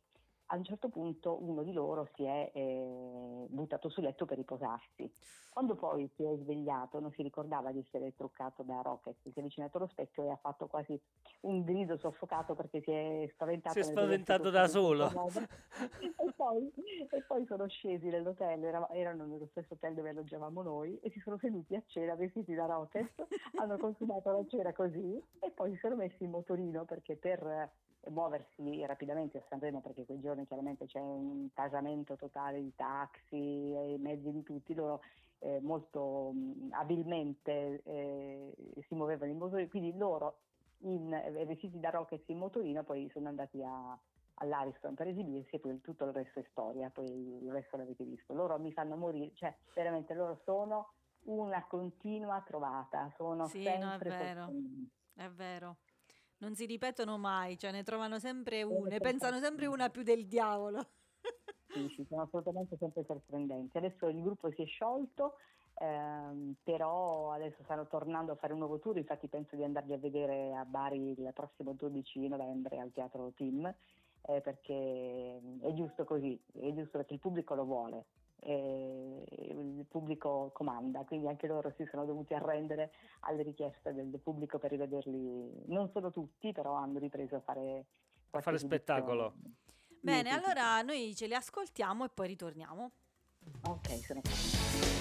a un certo punto uno di loro si è eh, buttato sul letto per riposarsi. Quando poi si è svegliato non si ricordava di essere truccato da Rockets, si è avvicinato allo specchio e ha fatto quasi un grido soffocato perché si è spaventato. Si è spaventato da solo. e, poi, e poi sono scesi nell'hotel, era- erano nello stesso hotel dove alloggiavamo noi, e si sono seduti a cena vestiti da Rockets, hanno consumato la cena così e poi si sono messi in motorino perché per eh, muoversi rapidamente a Sanremo, perché quei giorni chiaramente c'è un tasamento totale di taxi e mezzi di tutti, loro eh, molto mh, abilmente eh, si muovevano in motorino, quindi loro in, eh, vestiti da Rockets in motorino poi sono andati a, all'Ariston per esibirsi e poi tutto il resto è storia, poi il resto l'avete visto. Loro mi fanno morire, cioè veramente loro sono una continua trovata, sono Sì, sempre no, è vero. sorprendenti. È vero. Non si ripetono mai, cioè ne trovano sempre Sono una, e pensano sempre fantastici. una più del diavolo. Sì, sì, sono assolutamente sempre sorprendenti. Adesso il gruppo si è sciolto, ehm, però adesso stanno tornando a fare un nuovo tour, infatti penso di andarli a vedere a Bari il prossimo dodici novembre al Teatro Team, eh, perché è giusto così, è giusto perché il pubblico lo vuole. E il pubblico comanda, quindi anche loro si sono dovuti arrendere alle richieste del pubblico per rivederli, non solo tutti, però hanno ripreso a fare A qualche fare esibizione. spettacolo. Bene, Sì, sì, sì. allora noi ce li ascoltiamo e poi ritorniamo. Ok, sono pronta.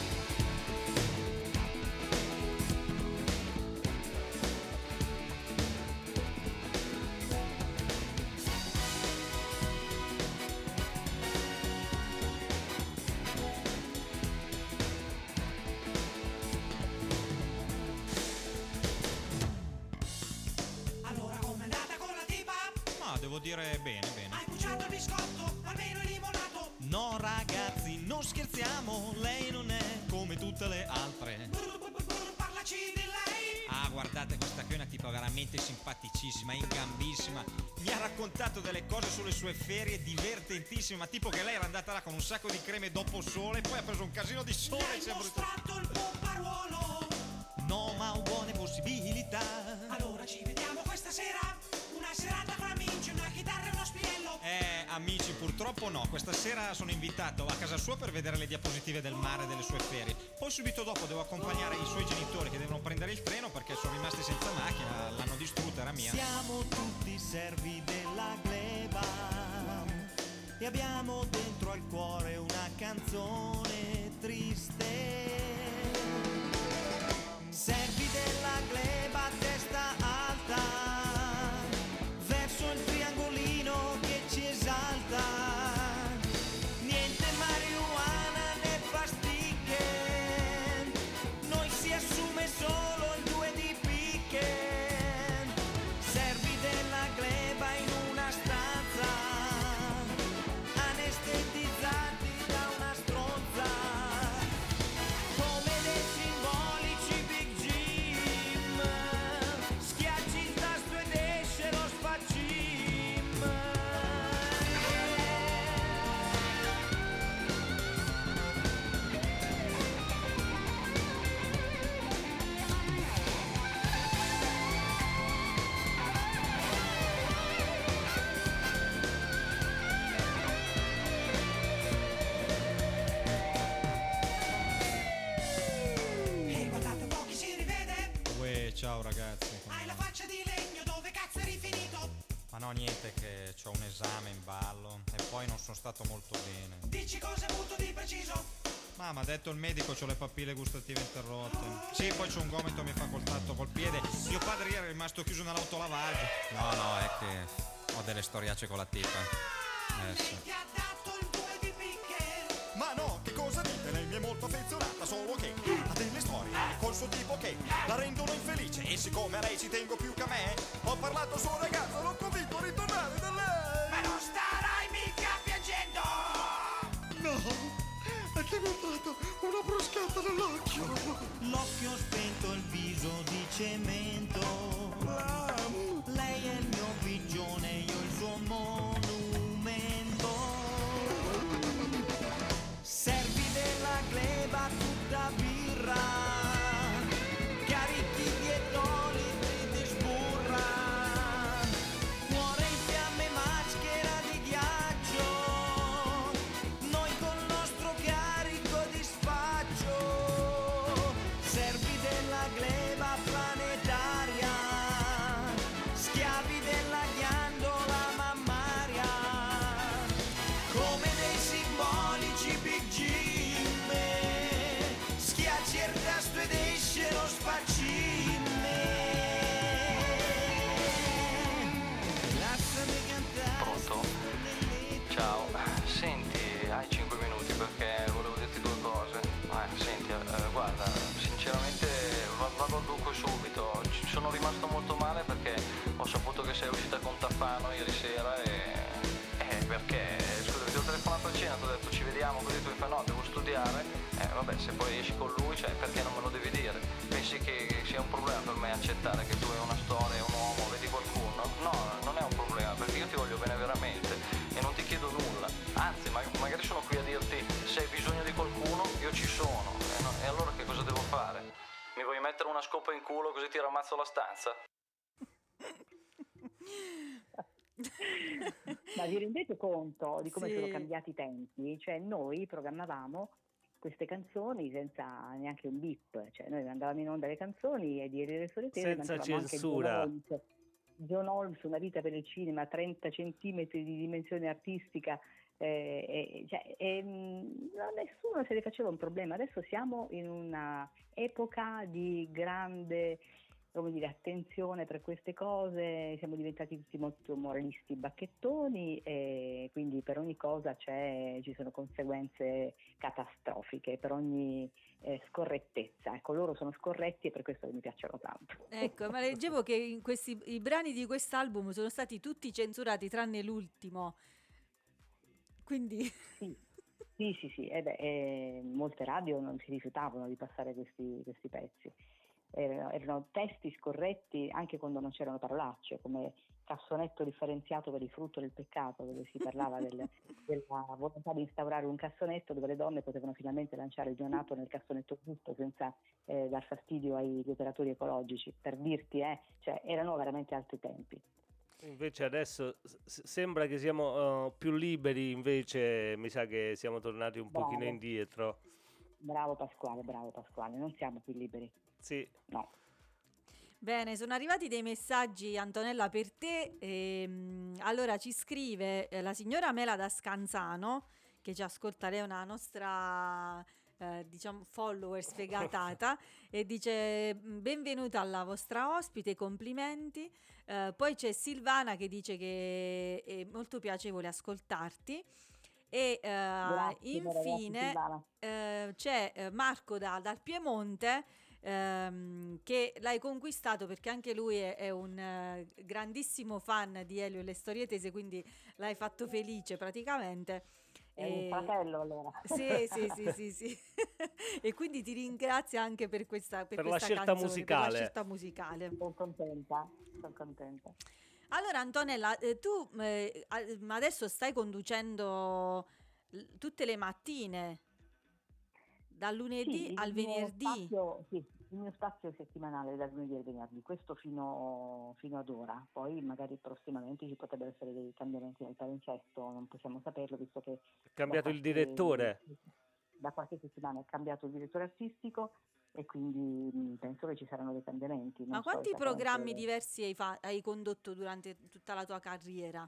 Allora com'è andata con la tipa? Ma devo dire bene, bene. Hai cuciato il biscotto, almeno il limonato. No ragazzi, non scherziamo, lei non è come tutte le altre. Brr, brr, brr, brr, parlaci di lei. Ah, guardate, questa qui è una tipa veramente simpaticissima, ingambissima. Mi ha raccontato delle cose sulle sue ferie divertentissime, tipo che lei era andata là con un sacco di creme dopo sole, poi ha preso un casino di sole e Hai si è bruciato. mostrato il pomparuolo. No, ma ho buone possibilità. Allora ci vediamo questa sera. Una serata fra amici, una chitarra e uno spinello. Eh, amici, purtroppo no. Questa sera sono invitato a casa sua per vedere le diapositive del mare delle sue ferie. Poi subito dopo devo accompagnare i suoi genitori che devono prendere il treno perché sono rimasti senza macchina, l'hanno distrutta, era mia. Siamo tutti servi della gleba e abbiamo dentro al cuore una canzone triste. Servi della gleba, testa alta verso il triangolino che ci esalta. Niente marijuana né pasticche, noi si assume solo il due di picche. Servi della gleba in una stanza, anestetizzati da una stronza, come dei simbolici Big Jim. Schiacci il tasto ed esce lo spacim. E guardate un po' chi si rivede. Uè, ciao ragazzi. Hai la faccia di legno, dove cazzo eri finito? Ma no, niente, che c'ho un esame in ballo e poi non sono stato molto bene. Dici cosa butto di preciso? Ma mi ha detto il medico, c'ho le papille gustative interrotte. Sì, poi c'ho un gomito, mi fa contatto col piede. Mio padre ieri è rimasto chiuso nell'autolavaggio. No, no, è che ho delle storiacce con la tipa. Eh sì. Ti ha dato il due di picche. Ma no, che cosa dite? Lei mi è molto affezionata, solo che ha delle storie col suo tipo che la rendono infelice. E siccome a lei ci tengo più che a me, ho parlato al suo ragazzo, l'ho convinto a ritornare da lei. Ma non starai mica piangendo. No, è che mi ha dato una bruscata nell'occhio. L'occhio spento, il viso di cemento. Lei è il mio pigione, io il suo monumento. Servi della gleba tutta birra, carichi di etoliti di sburra. Cuore in fiamme, maschera di ghiaccio. riconduco subito. Ci sono rimasto molto male perché ho saputo che sei uscita con Tafano ieri sera e... Eh, perché? Scusa, ti ho telefonato a cena, ti ho detto ci vediamo, così tu mi fai no, devo studiare. Eh, vabbè, se poi esci con lui, cioè, perché non me lo devi dire? Pensi che sia un problema per me accettare che tu hai una storia, un uomo, vedi qualcuno? No, non è un problema, perché io ti voglio bene veramente e non ti chiedo nulla. Anzi, ma- magari sono qui a dirti se hai bisogno di qualcuno, io ci sono. E, no- e allora che cosa devo fare? Mi vuoi mettere una scopa in culo così ti ramazzo la stanza? Ma vi rendete conto di come Sì. sono cambiati i tempi? Cioè noi programmavamo queste canzoni senza neanche un beep, cioè noi andavamo in onda le canzoni e di Ieri Sole Tele Senza lanciavamo anche John censura. Holmes, John Holmes, Una vita per il cinema, trenta centimetri di dimensione artistica, eh, eh, cioè, e, mh, no, nessuno se ne faceva un problema. Adesso siamo in una epoca di grande, come dire, attenzione per queste cose, siamo diventati tutti molto moralisti bacchettoni e quindi per ogni cosa c'è, ci sono conseguenze catastrofiche, per ogni eh, scorrettezza. Ecco, loro sono scorretti e per questo mi piacciono tanto. Ecco, ma leggevo che in questi, i brani di quest'album sono stati tutti censurati tranne l'ultimo. Quindi Sì, sì, sì, sì. Eh beh, eh, molte radio non si rifiutavano di passare questi, questi pezzi. Erano, erano testi scorretti anche quando non c'erano parolacce, come Cassonetto differenziato per il frutto del peccato, dove si parlava del- della volontà di instaurare un cassonetto dove le donne potevano finalmente lanciare il neonato nel cassonetto giusto senza eh, dar fastidio agli operatori ecologici, per dirti, eh, cioè erano veramente altri tempi. Invece adesso s- sembra che siamo uh, più liberi, invece mi sa che siamo tornati un pochino Bravo. indietro. Bravo Pasquale, bravo Pasquale, non siamo più liberi. Sì. No. bene, sono arrivati dei messaggi, Antonella, per te. Ehm, allora ci scrive eh, la signora Mela da Scanzano, che ci ascolta, lei è una nostra eh, diciamo follower sfegatata, e dice benvenuta alla vostra ospite, complimenti. Eh, poi c'è Silvana che dice che è molto piacevole ascoltarti. E eh, Grazie, grazie, infine Silvana. eh, c'è eh, Marco da- dal Piemonte, ehm, che l'hai conquistato perché anche lui è, è un eh, grandissimo fan di Elio e le storie tese, quindi l'hai fatto felice praticamente. È un E- fratello allora. Sì, sì, sì, sì, sì. E quindi ti ringrazio anche per questa, per Per la questa scelta canzone, per la musicale. scelta musicale. Sono contenta, sono contenta. Allora Antonella, eh, tu eh, a- adesso stai conducendo l- tutte le mattine, dal lunedì Sì, il al mio venerdì. spazio, sì, il mio spazio è settimanale dal lunedì al venerdì, questo fino, fino ad ora, poi magari prossimamente ci potrebbero essere dei cambiamenti nel palinsesto, non possiamo saperlo visto che È cambiato da il qualche- direttore. da qualche settimana è cambiato il direttore artistico e quindi mh, penso che ci saranno dei cambiamenti. non Ma so quanti esattamente- programmi diversi hai, fa- hai condotto durante tutta la tua carriera?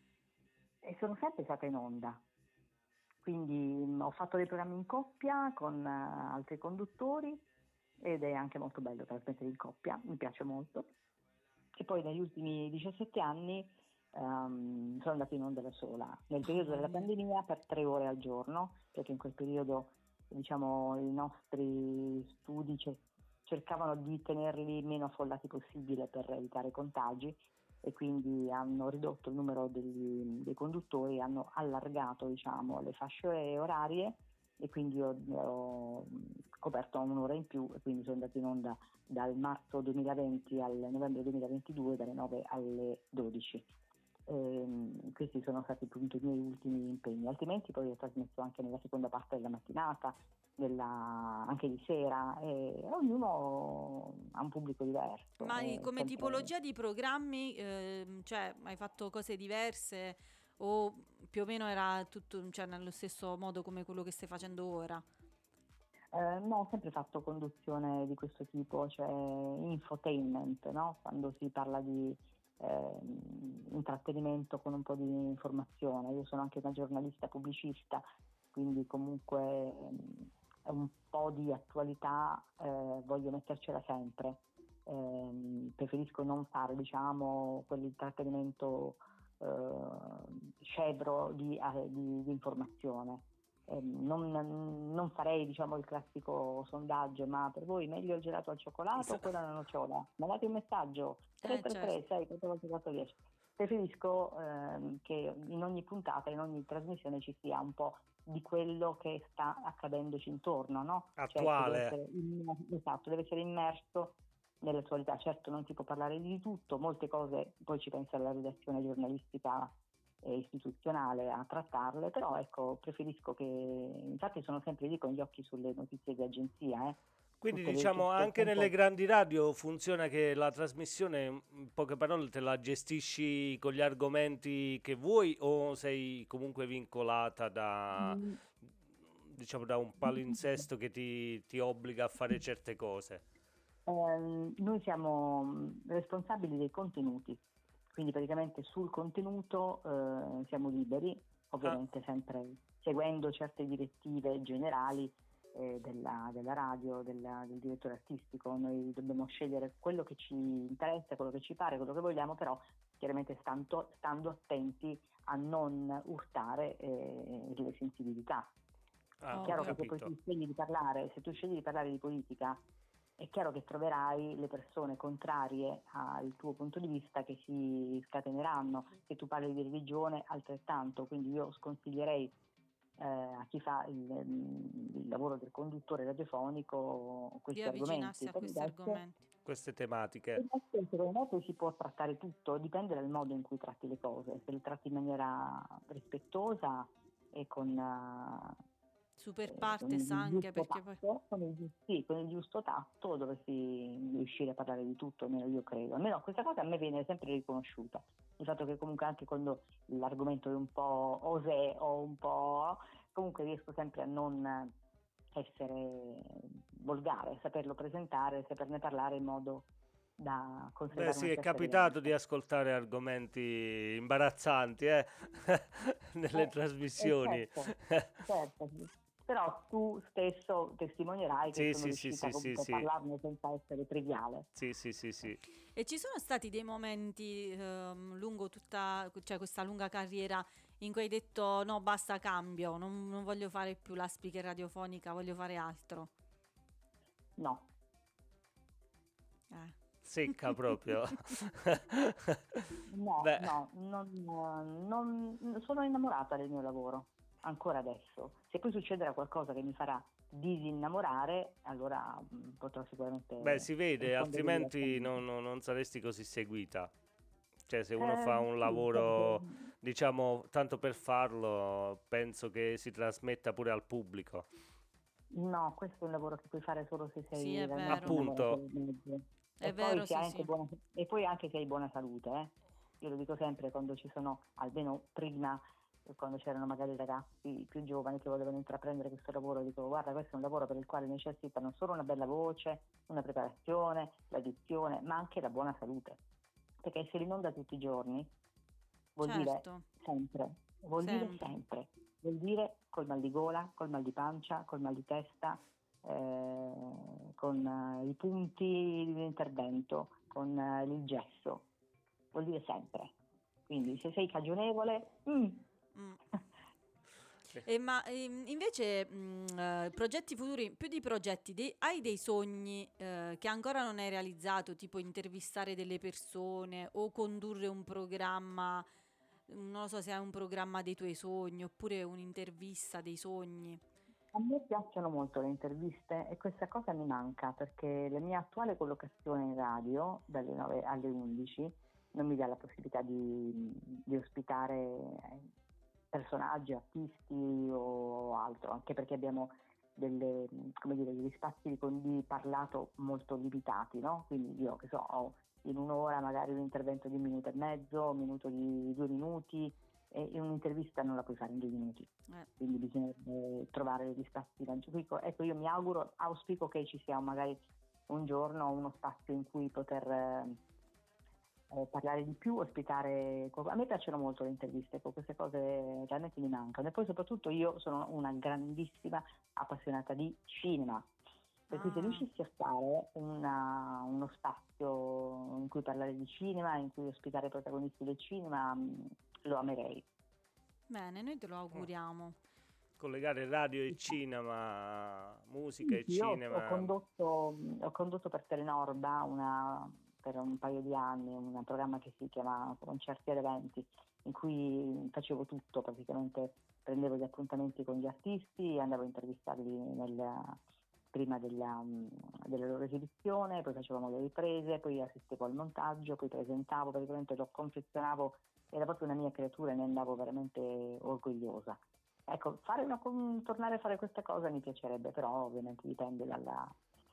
E sono sempre stata in onda, quindi mh, ho fatto dei programmi in coppia con eh, altri conduttori ed è anche molto bello trasmettere in coppia, mi piace molto. E poi negli ultimi diciassette anni ehm, sono andata in onda da sola, nel periodo della pandemia per tre ore al giorno, perché in quel periodo diciamo i nostri studi cer- cercavano di tenerli meno affollati possibile per evitare contagi e quindi hanno ridotto il numero degli- dei conduttori, hanno allargato diciamo le fasce orarie e quindi ho, ho coperto un'ora in più e quindi sono andata in onda dal marzo duemilaventi al novembre duemilaventidue dalle nove alle dodici. Ehm, questi sono stati appunto i miei ultimi impegni, altrimenti poi ho trasmesso anche nella seconda parte della mattinata, nella- anche di sera e ognuno ha un pubblico diverso. Ma e i- come sempre- tipologia di programmi, ehm, cioè hai fatto cose diverse o più o meno era tutto, cioè, nello stesso modo come quello che stai facendo ora? Eh, no, ho sempre fatto conduzione di questo tipo, cioè infotainment, no? Quando si parla di ehm, intrattenimento con un po' di informazione. Io sono anche una giornalista pubblicista, quindi comunque ehm, un po' di attualità eh, voglio mettercela sempre. Ehm, preferisco non fare, diciamo, quell'intrattenimento eh, scevro di, eh, di- di informazione. eh, non, non farei diciamo il classico sondaggio, ma per voi meglio il gelato al cioccolato o quello alla nocciola? Mandate un messaggio tre tre tre sei quattro quattro quattro dieci. Preferisco ehm, che in ogni puntata, in ogni trasmissione ci sia un po' di quello che sta accadendoci intorno, no? Attuale. Cioè, deve essere immer- esatto, deve essere immerso nell'attualità. Certo non si può parlare di tutto, molte cose poi ci pensa la redazione giornalistica e istituzionale a trattarle, però ecco, preferisco che, infatti sono sempre lì con gli occhi sulle notizie di agenzia, eh. Quindi Tutte le- diciamo tutto il anche tempo- nelle grandi radio funziona che la trasmissione, in poche parole, te la gestisci con gli argomenti che vuoi o sei comunque vincolata da, Mm. diciamo, da un palinsesto che ti, ti obbliga a fare certe cose? Ehm, noi siamo mh, responsabili dei contenuti, quindi praticamente sul contenuto eh, siamo liberi, ovviamente sempre seguendo certe direttive generali eh, della, della radio, della- del direttore artistico. Noi dobbiamo scegliere quello che ci interessa, quello che ci pare, quello che vogliamo, però chiaramente stando, stando attenti a non urtare eh, le sensibilità. Ah, È ho chiaro che se poi capito. tu scegli di parlare, se tu scegli di parlare di politica, è chiaro che troverai le persone contrarie al tuo punto di vista che si scateneranno. Se tu parli di religione, altrettanto. Quindi io sconsiglierei eh, a chi fa il, il lavoro del conduttore radiofonico Di questi avvicinarsi argomenti. a Per il questi resto- argomenti. Queste per tematiche. il resto, secondo me poi si può trattare tutto, dipende dal modo in cui tratti le cose. Se le tratti in maniera rispettosa e con eh, Super eh, con partes il anche, giusto perché poi... tatto, con il, giu- sì, con il giusto tatto dovresti riuscire a parlare di tutto, almeno io credo. Almeno questa cosa a me viene sempre riconosciuta. Il fatto che comunque anche quando l'argomento è un po' osè o un po'... comunque riesco sempre a non essere volgare, saperlo presentare, saperne parlare in modo da conservare Beh sì, una è certa capitato di rilevanza. ascoltare argomenti imbarazzanti eh? nelle Eh, trasmissioni. eh, certo, certo. Però tu stesso testimonierai che Sì, sono sì, sì, riuscita sì, sì, comunque sì. a parlarne senza essere triviale. Sì, sì, sì, sì. E ci sono stati dei momenti ehm, lungo tutta, cioè questa lunga carriera in cui hai detto no, basta, cambio, non, non voglio fare più la speaker radiofonica, voglio fare altro. No. Eh. Secca proprio. No, Beh. no, non, non- sono innamorata del mio lavoro, ancora adesso. Se poi succederà qualcosa che mi farà disinnamorare, allora mh, potrò sicuramente Beh, si vede, rispondere altrimenti diversamente. non, non- non saresti così seguita. Cioè, se uno Eh, fa un sì, lavoro, certo. diciamo, tanto per farlo, penso che si trasmetta pure al pubblico. No, questo è un lavoro che puoi fare solo se sei Sì, è realmente vero. Appunto. innamorato del mezzo. È E poi vero, se hai sì, anche sì. buona, e poi anche se hai buona salute, eh. Io lo dico sempre quando ci sono, almeno prima, eh, quando c'erano magari ragazzi più giovani che volevano intraprendere questo lavoro, dico guarda, questo è un lavoro per il quale necessitano solo una bella voce, una preparazione, la dizione, ma anche la buona salute. Perché essere in onda tutti i giorni vuol Certo. dire sempre, vuol dire Sempre. sempre, vuol dire col mal di gola, col mal di pancia, col mal di testa, eh, con eh, i punti di intervento, con eh, il gesso, vuol dire sempre. Quindi se sei cagionevole, mm, Mm. E ma ehm, invece mh, eh, progetti futuri, più di progetti, dei- hai dei sogni eh, che ancora non hai realizzato, tipo intervistare delle persone o condurre un programma, non lo so se hai un programma dei tuoi sogni oppure un'intervista dei sogni. a me piacciono molto le interviste e questa cosa mi manca perché la mia attuale collocazione in radio, dalle nove alle undici, non mi dà la possibilità di, di ospitare eh, personaggi, artisti o altro, anche perché abbiamo delle, come dire, degli spazi di, con- di parlato molto limitati, no? Quindi io che so, ho in un'ora magari un intervento di un minuto e mezzo, un minuto di due minuti e in un'intervista non la puoi fare in due minuti. Eh. Quindi bisognerebbe trovare degli spazi di lancio. Ecco, ecco, io mi auguro, auspico che ci sia magari un giorno uno spazio in cui poter eh, eh, parlare di più, ospitare. A me piacciono molto le interviste, ecco, queste cose realmente mi mancano. E poi soprattutto io sono una grandissima appassionata di cinema. Per cui se Ah. riuscissi a fare una- uno spazio in cui parlare di cinema, in cui ospitare protagonisti del cinema, mh, lo amerei. Bene, noi te lo auguriamo. collegare radio e cinema, musica e Sì, io cinema. ho condotto, ho condotto per Telenorba una, per un paio di anni un programma che si chiama Concerti ed Eventi, in cui facevo tutto, praticamente prendevo gli appuntamenti con gli artisti, andavo a intervistarli nel, prima della, della loro esibizione, poi facevamo le riprese, poi assistevo al montaggio, poi presentavo, praticamente lo confezionavo, era proprio una mia creatura e ne andavo veramente orgogliosa. Ecco, fare una, tornare a fare questa cosa mi piacerebbe, però ovviamente dipende dalla,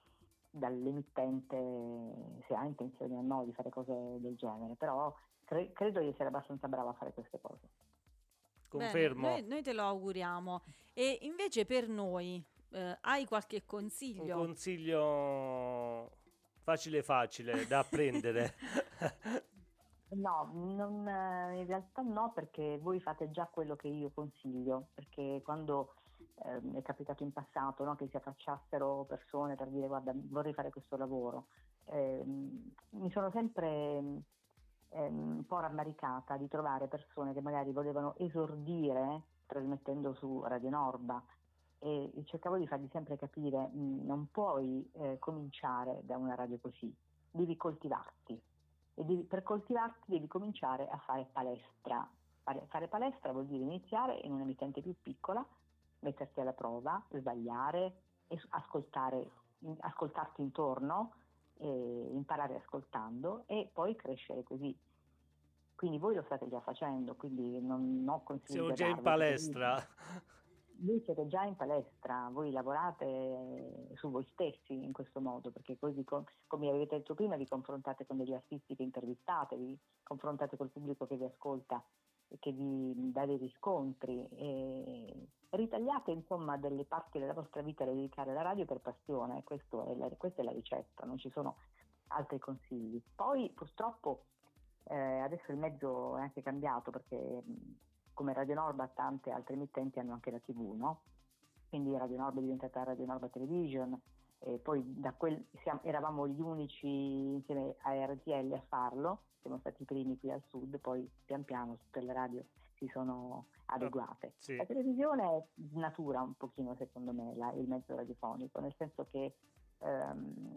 dall'emittente se ha intenzione o no di fare cose del genere, però cre- credo di essere abbastanza brava a fare queste cose. Confermo. Bene, noi, noi te lo auguriamo. E invece per noi, eh, hai qualche Un consiglio? consiglio facile facile da apprendere. No, non, eh, in realtà no, perché voi fate già quello che io consiglio, perché quando eh, è capitato in passato, no, che si affacciassero persone per dire guarda vorrei fare questo lavoro, eh, mi sono sempre eh, un po' rammaricata di trovare persone che magari volevano esordire trasmettendo su Radio Norba e cercavo di fargli sempre capire mh, non puoi eh, cominciare da una radio così, devi coltivarti. E devi, per coltivarti devi cominciare a fare palestra. Fare, fare palestra vuol dire iniziare in un'emittente più piccola, metterti alla prova, sbagliare, e ascoltare, ascoltarti intorno, e imparare ascoltando e poi crescere così. Quindi voi lo state già facendo, quindi non ho consigli. Siamo da già in darvi. palestra. Voi siete già in palestra, voi lavorate su voi stessi in questo modo, perché così, come avete detto prima, vi confrontate con degli artisti che intervistate, vi confrontate col pubblico che vi ascolta e che vi dà dei riscontri e ritagliate insomma delle parti della vostra vita da dedicare alla radio per passione. Questo è la, questa è la ricetta, non ci sono altri consigli. Poi purtroppo eh, adesso il mezzo è anche cambiato, perché come Radio Norba tante altre emittenti hanno anche la tivù, no? Quindi Radio Norba è diventata Radio Norba Television e poi da quel siamo, eravamo gli unici insieme a R T L a farlo, siamo stati i primi qui al sud, poi pian piano tutte le radio si sono adeguate. Sì. La televisione snatura un pochino secondo me la, il mezzo radiofonico, nel senso che ehm,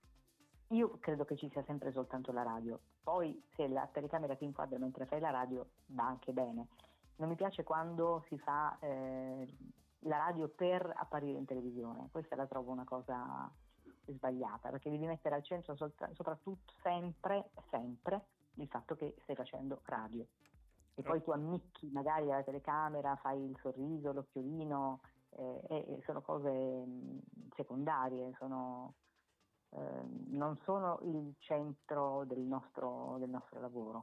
io credo che ci sia sempre soltanto la radio, poi se la telecamera ti inquadra mentre fai la radio va anche bene. Non mi piace quando si fa eh, la radio per apparire in televisione, questa la trovo una cosa sbagliata, perché devi mettere al centro solta- soprattutto sempre, sempre il fatto che stai facendo radio. E poi tu ammicchi magari alla telecamera, fai il sorriso, l'occhiolino, eh, e sono cose mh, secondarie, sono, eh, non sono il centro del nostro, del nostro lavoro.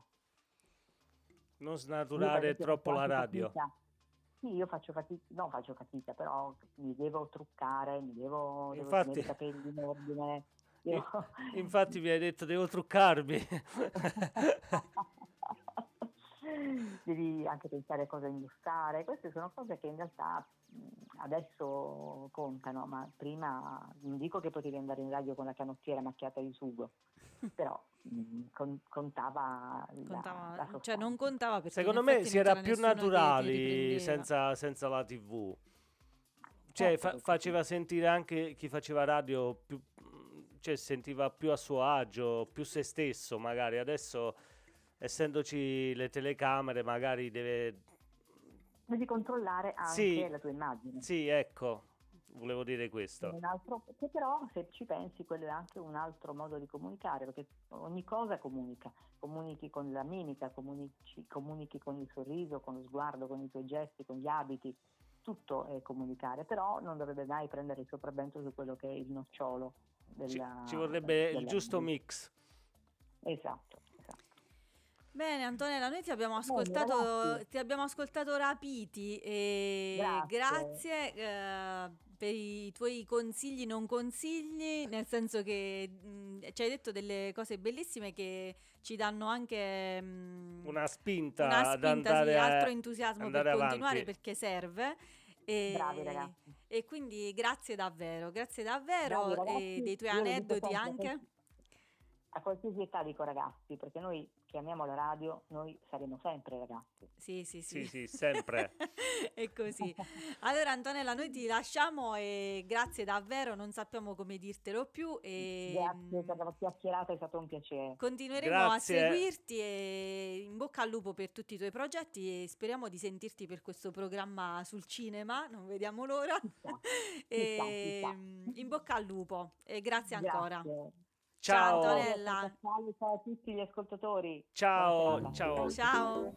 Non snaturare troppo la radio. Fatica. Sì, io faccio fatica, no faccio fatica, però mi devo truccare, mi devo, devo Infatti- tenere i capelli in ordine. devo- Infatti mi hai detto devo truccarmi. Devi anche pensare a cosa indossare, queste sono cose che in realtà mh, adesso contano, ma prima non dico che potevi andare in radio con la canottiera macchiata di sugo, però mh, con- contava, la- Contava- la cioè sostanza. non contava perché Secondo in me effetti si non era c'era più nessuno che ti naturali riprendeva. senza, senza la tivù. Cioè Certo fa- che sì. faceva sentire anche chi faceva radio più, cioè sentiva più a suo agio, più se stesso magari. Adesso essendoci le telecamere magari deve... Devi controllare anche Sì. la tua immagine. Sì, ecco, volevo dire questo. Un altro, che però se ci pensi quello è anche un altro modo di comunicare, perché ogni cosa comunica, comunichi con la mimica, comunici, comunichi con il sorriso, con lo sguardo, con i tuoi gesti, con gli abiti, tutto è comunicare, però non dovrebbe mai prendere il sopravvento su quello che è il nocciolo Ci, della, ci vorrebbe il della- giusto mix. Esatto, esatto. Bene Antonella, noi ti abbiamo Bene, ascoltato, ragazzi. ti abbiamo ascoltato rapiti e Grazie. grazie eh, per i tuoi consigli non consigli, nel senso che mh, ci hai detto delle cose bellissime che ci danno anche mh, Una spinta, una ad spinta, andare sì, a- altro entusiasmo per andare continuare avanti. perché serve. E, Bravi ragazzi. e quindi grazie davvero, grazie davvero Bravi, ragazzi. e dei tuoi Io lo dico aneddoti sempre, anche. a qualsiasi età dico ragazzi, perché noi chiamiamo la radio, noi saremo sempre ragazzi. Sì, sì, sì. Sì, sì, sempre. È così. Allora Antonella, noi ti lasciamo e grazie davvero, non sappiamo come dirtelo più e Grazie per la chiacchierata, è stato un piacere. continueremo Grazie. a seguirti e in bocca al lupo per tutti i tuoi progetti e speriamo di sentirti per questo programma sul cinema, non vediamo l'ora. Chissà, E chissà. in bocca al lupo e grazie ancora. Grazie. Ciao. Ciao Antonella. Ciao, ciao a tutti gli ascoltatori. Ciao, Buona ciao. Ciao.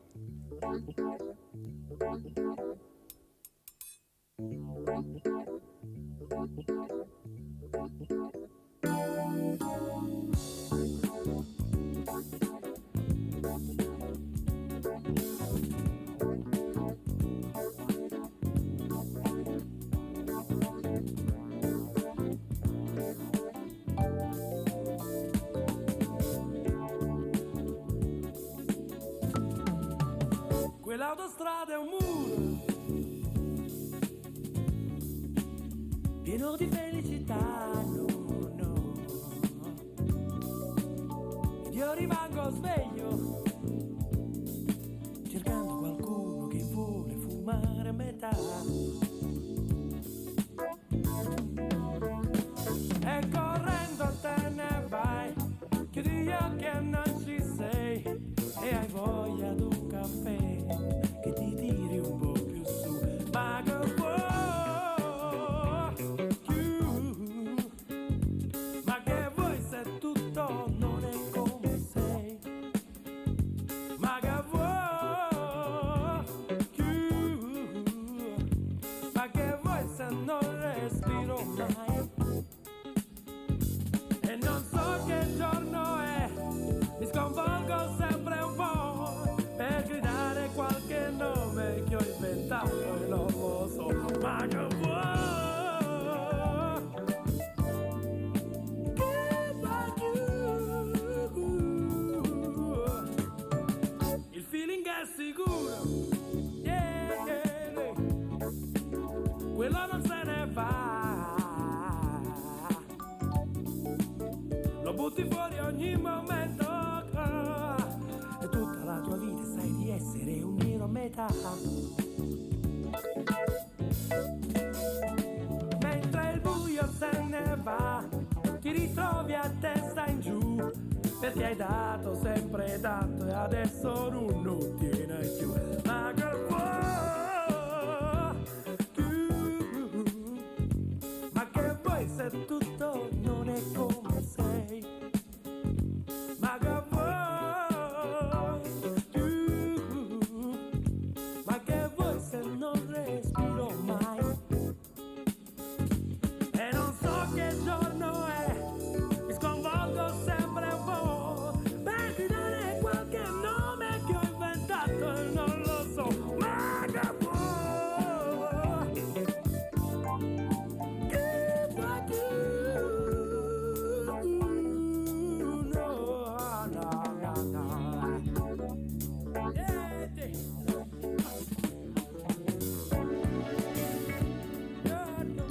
Quell'autostrada è un muro pieno di felicità, no, no. Ed io rimango sveglio cercando qualcuno che vuole fumare a metà. E correndo te ne vai, chiudi gli occhi e non ci sei, e hai voglia di un caffè che ti tiri un po' più su. Ma che vuoi più? Ma che vuoi se tutto non è come sei? Ma che vuoi più? Ma che vuoi se non respiro mai? E non so che giorno è, mi sconvolgo sempre un po' per gridare qualche nome che ho inventato e non lo so. Ma che vuoi? Che vuoi? Il feeling è sicuro, yeah, yeah, yeah. Quello non se ne va, lo butti fuori ogni momento, e tutta la tua vita sai di essere un nero a metà. Mentre il buio se ne va, ti ritrovi a testa in giù, perché hai dato sempre tanto e adesso non lo tieni più. Ma che vuoi tu? Ma che vuoi se tutto non è come sei? Ma che vuoi tu? Ma che vuoi se non respiro mai? E non so che giorno è, mi sconvolgo sempre un po' per gridare qualche nome che ho inventato e non lo so. Ma che vuoi? Che vuoi tu? No, no, no, no. Yeah, yeah. Yeah, no.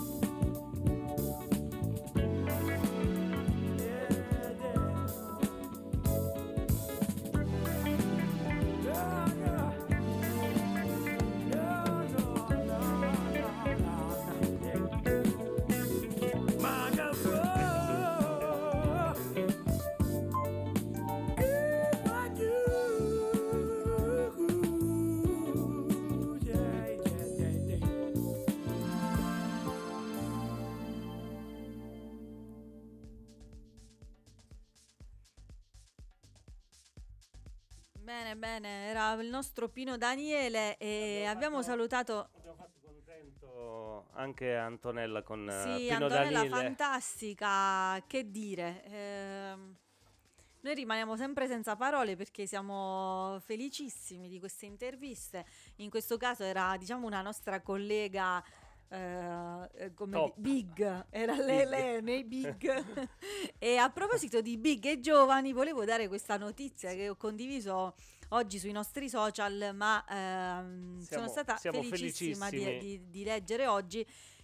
Bene, bene, era il nostro Pino Daniele e abbiamo salutato Abbiamo fatto contento anche Antonella con eh, sì, Pino Antonella Daniele. fantastica, che dire. ehm, Noi rimaniamo sempre senza parole perché siamo felicissimi di queste interviste. In questo caso era, diciamo, una nostra collega eh, eh, come Top. di- Big, era lei, Big. lei nei Big. E a proposito di Big e giovani, volevo dare questa notizia che ho condiviso oggi sui nostri social, ma ehm, Siamo- sono stata siamo felicissima di, felicissimi. di- di leggere oggi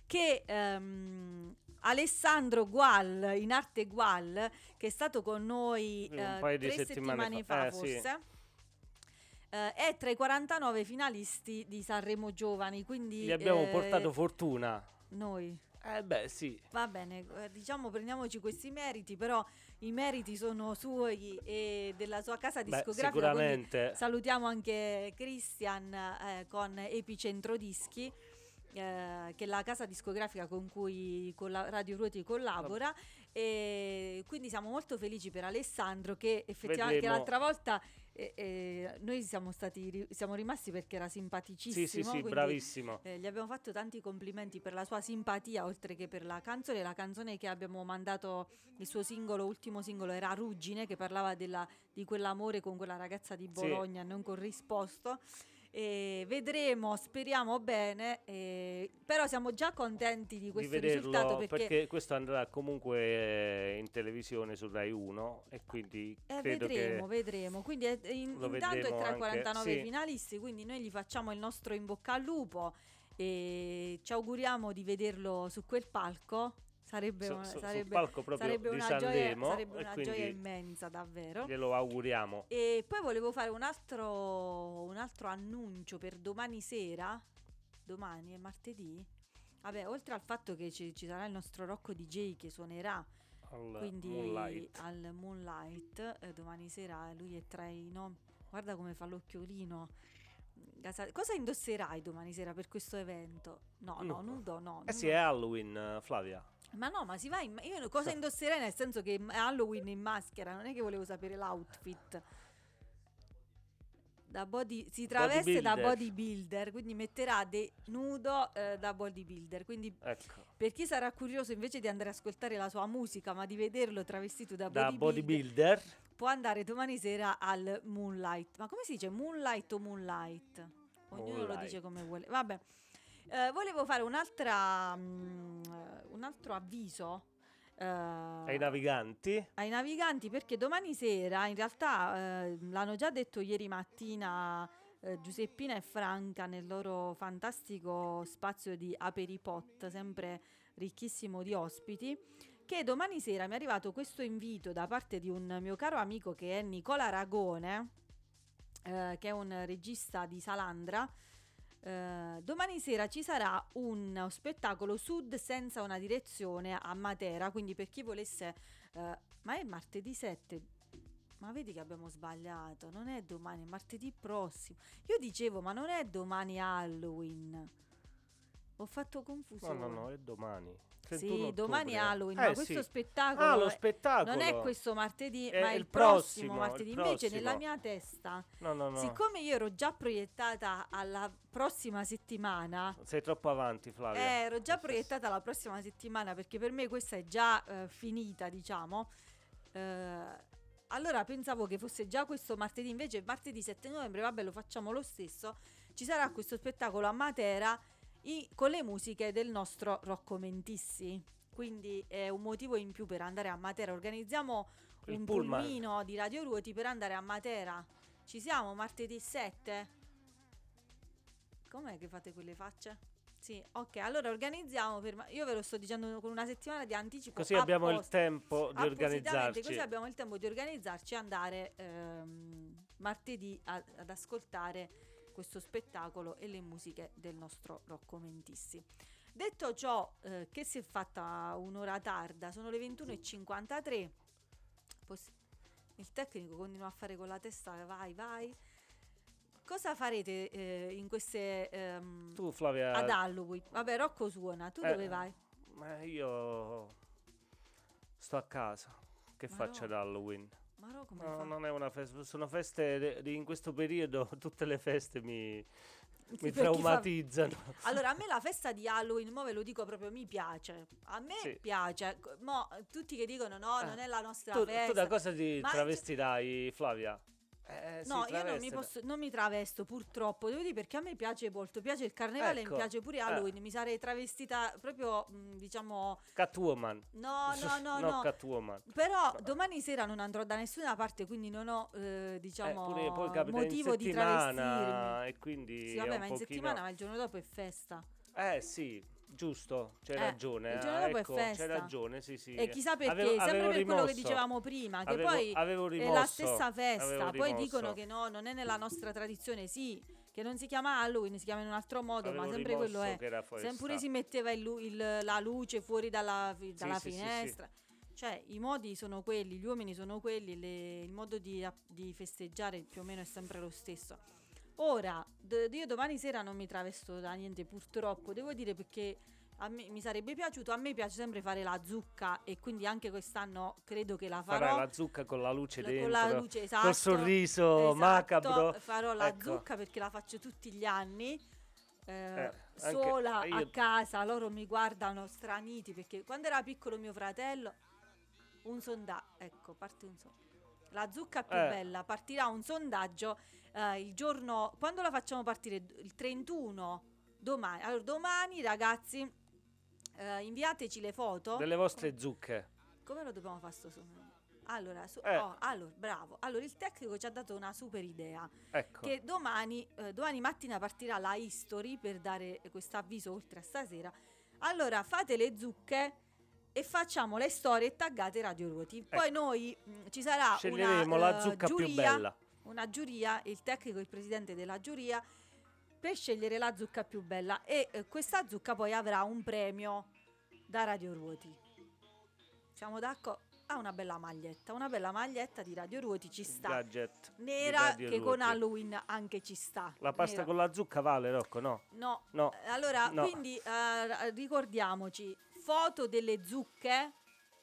che ehm, Alessandro Gual, in arte Gual, che è stato con noi Un eh, paio di tre settimane settimane fa, fa, eh, sì. forse. Eh, è tra i quarantanove finalisti di Sanremo Giovani, quindi Gli abbiamo eh, portato fortuna. noi. Eh beh, sì. Va bene, eh, diciamo prendiamoci questi meriti, però i meriti sono suoi e della sua casa Beh, discografica. sicuramente. Quindi salutiamo anche Christian eh, con Epicentro Dischi, eh, che è la casa discografica con cui con la Radio Ruoti collabora, e quindi siamo molto felici per Alessandro, che effettivamente Vedremo. l'altra volta eh, eh, noi siamo stati ri- siamo rimasti perché era simpaticissimo. Sì, sì, sì, quindi, bravissimo. eh, gli abbiamo fatto tanti complimenti per la sua simpatia, oltre che per la canzone. La canzone che abbiamo mandato, il suo singolo, ultimo singolo, era Ruggine, che parlava della, di quell'amore con quella ragazza di Bologna non corrisposto. E vedremo, speriamo bene, eh, però siamo già contenti di Di questo vederlo, risultato, perché, perché questo andrà comunque eh, in televisione su Rai uno e quindi eh, credo vedremo, che vedremo. Quindi è, in- lo intanto è vedremo tra i anche- quarantanove sì. finalisti, quindi noi gli facciamo il nostro in bocca al lupo e ci auguriamo di vederlo su quel palco. Sarebbe, Su- una, su- sul sarebbe, palco proprio sarebbe di una, gioia, Sanremo, sarebbe e una quindi gioia immensa, davvero. glielo auguriamo. E poi volevo fare un altro, un altro annuncio per domani sera. Domani è martedì. Vabbè, oltre al fatto che ci, ci sarà il nostro Rocco D J che suonerà Al quindi Moonlight. al Moonlight, eh, domani sera lui è tra i no. Guarda come fa l'occhiolino. Gasa- Cosa indosserai domani sera per questo evento? No, no, No. nudo, no. Eh nudo. sì, è Halloween, eh, Flavia. Ma no, ma si va in... Io cosa indosserei, nel senso che è Halloween in maschera, non è che volevo sapere l'outfit. Da body... Si traveste da Bodybuilder. bodybuilder, quindi metterà de... nudo eh, da bodybuilder. Quindi Ecco. per chi sarà curioso, invece di andare a ascoltare la sua musica, ma di vederlo travestito da, Da bodybuilder, bodybuilder. può andare domani sera al Moonlight. Ma come si dice? Moonlight o Moonlight? Ognuno lo Moonlight. dice come vuole. Vabbè. Eh, volevo fare un'altra mm, eh, un altro avviso eh, Ai naviganti. ai naviganti, perché domani sera, in realtà eh, l'hanno già detto ieri mattina eh, Giuseppina e Franca nel loro fantastico spazio di Aperipot, sempre ricchissimo di ospiti, che domani sera mi è arrivato questo invito da parte di un mio caro amico che è Nicola Ragone, eh, che è un regista di Salandra. Eh, domani sera ci sarà un spettacolo Sud senza una direzione a Matera, quindi per chi volesse eh, ma è martedì sette, ma vedi che abbiamo sbagliato, non è domani, è martedì prossimo. Io dicevo, ma non è domani Halloween, ho fatto No, confusione. no, no, è domani. Sì, trentuno domani è ottobre. Halloween, Eh, ma questo sì. spettacolo Ah, lo è- spettacolo. non è questo martedì, È ma è il il prossimo, prossimo, martedì. il Invece prossimo. nella mia testa, No, no, no. siccome io ero già proiettata alla prossima settimana, Sei troppo avanti, Flavia. eh, ero già proiettata alla prossima settimana, perché per me questa è già eh, finita, diciamo. Eh, allora pensavo che fosse già questo martedì, invece martedì sette novembre, vabbè, lo facciamo lo stesso. Ci sarà questo spettacolo a Matera i- con le musiche del nostro Rocco Mentissi. Quindi è un motivo in più per andare a Matera. Organizziamo Il un pullman. pulmino di Radio Ruoti per andare a Matera. Ci siamo martedì sette? Com'è che fate quelle facce? Sì, ok, allora organizziamo per ma- io ve lo sto dicendo con una settimana di anticipo. Così abbiamo il apposta. tempo di Appositamente, organizzarci. Così abbiamo il tempo di organizzarci e andare ehm, martedì a- ad ascoltare questo spettacolo e le musiche del nostro Rocco Mentissi. Detto ciò, eh, che si è fatta un'ora tarda, sono le ventuno e cinquantatré. Poss- il tecnico continua a fare con la testa, vai, vai. Cosa farete eh, in queste ehm, Tu, Flavia. ad Halloween? Vabbè, Rocco suona, tu Eh, dove vai? Ma io sto a casa. Che Ma faccio no. ad Halloween? Ma no, come No, fa? non è una festa, sono feste de- di- in questo periodo tutte le feste mi, Sì, mi per chi fa- traumatizzano. Allora, a me la festa di Halloween, mo ve lo dico proprio, mi piace. A me Sì. piace. Co- Mo, tutti che dicono no, non è la nostra Tu, festa. tu da cosa ti Ma- travestirai, Flavia? Eh, si No, io non mi, traveste da- posso, non mi travesto, purtroppo. Devo dire, perché a me piace molto. Piace il carnevale e Ecco, mi piace pure eh. Halloween. Mi sarei travestita proprio, mh, diciamo. Catwoman. No, no, no, No, no. Catwoman. Però domani sera non andrò da nessuna parte, quindi non ho, eh, diciamo, Eh, pure poi capita motivo in di settimana travestirmi. e quindi Sì, è vabbè, un ma in pochino- settimana, ma il giorno dopo è festa. Eh sì, Giusto, c'hai Eh, ragione. il giorno ah, dopo è ecco, festa. c'hai ragione, sì, sì. E chissà perché, Avevo- sempre avevo per quello che rimosso. dicevamo prima, che Avevo- poi avevo è la rimosso, stessa festa. avevo Poi rimosso. dicono che no, non è nella nostra tradizione, sì, che non si chiama Halloween, si chiama in un altro modo, Avevo ma sempre quello rimosso è. che era festa. Sempre si metteva il lu- il- la luce fuori dalla, fi- dalla sì, sì, sì. finestra. Cioè, i modi sono quelli, gli uomini sono quelli, le- il modo di, di festeggiare più o meno è sempre lo stesso. Ora, d- io domani sera non mi travesto da niente, purtroppo, devo dire, perché a me, mi sarebbe piaciuto, a me piace sempre fare la zucca e quindi anche quest'anno credo che la farò. Farai la zucca con la luce La- dentro, con la luce, esatto, col sorriso esatto, macabro. farò la Ecco. zucca perché la faccio tutti gli anni. eh, anche- sola io- a casa, loro mi guardano straniti perché quando era piccolo mio fratello un sondaggio, ecco, parte un sondaggio. La zucca più Eh. bella, partirà un sondaggio eh, il giorno, quando la facciamo partire? Il trentuno, domani. Allora domani ragazzi, eh, inviateci le foto. Delle vostre zucche. Come lo dobbiamo fare sto sondaggio? Allora, su- Eh. oh, allora, bravo. Allora, il tecnico ci ha dato una super idea. Ecco. Che domani, eh, domani mattina partirà la history per dare questo avviso oltre a stasera. Allora, fate le zucche e facciamo le storie taggate Radio Ruoti. Poi noi mh, ci sarà una Sceglieremo la eh, zucca più giuria, bella. una giuria, il tecnico, il presidente della giuria, per scegliere la zucca più bella. E eh, questa zucca poi avrà un premio da Radio Ruoti. Siamo d'accordo? Ha una bella maglietta, una bella maglietta di Radio Ruoti ci sta. Gadget di Nera Radio che con Ruoti. Halloween anche ci sta. La pasta Nera. con la zucca vale, Rocco? No. No. No. Eh, Allora, No. quindi eh, ricordiamoci, foto delle zucche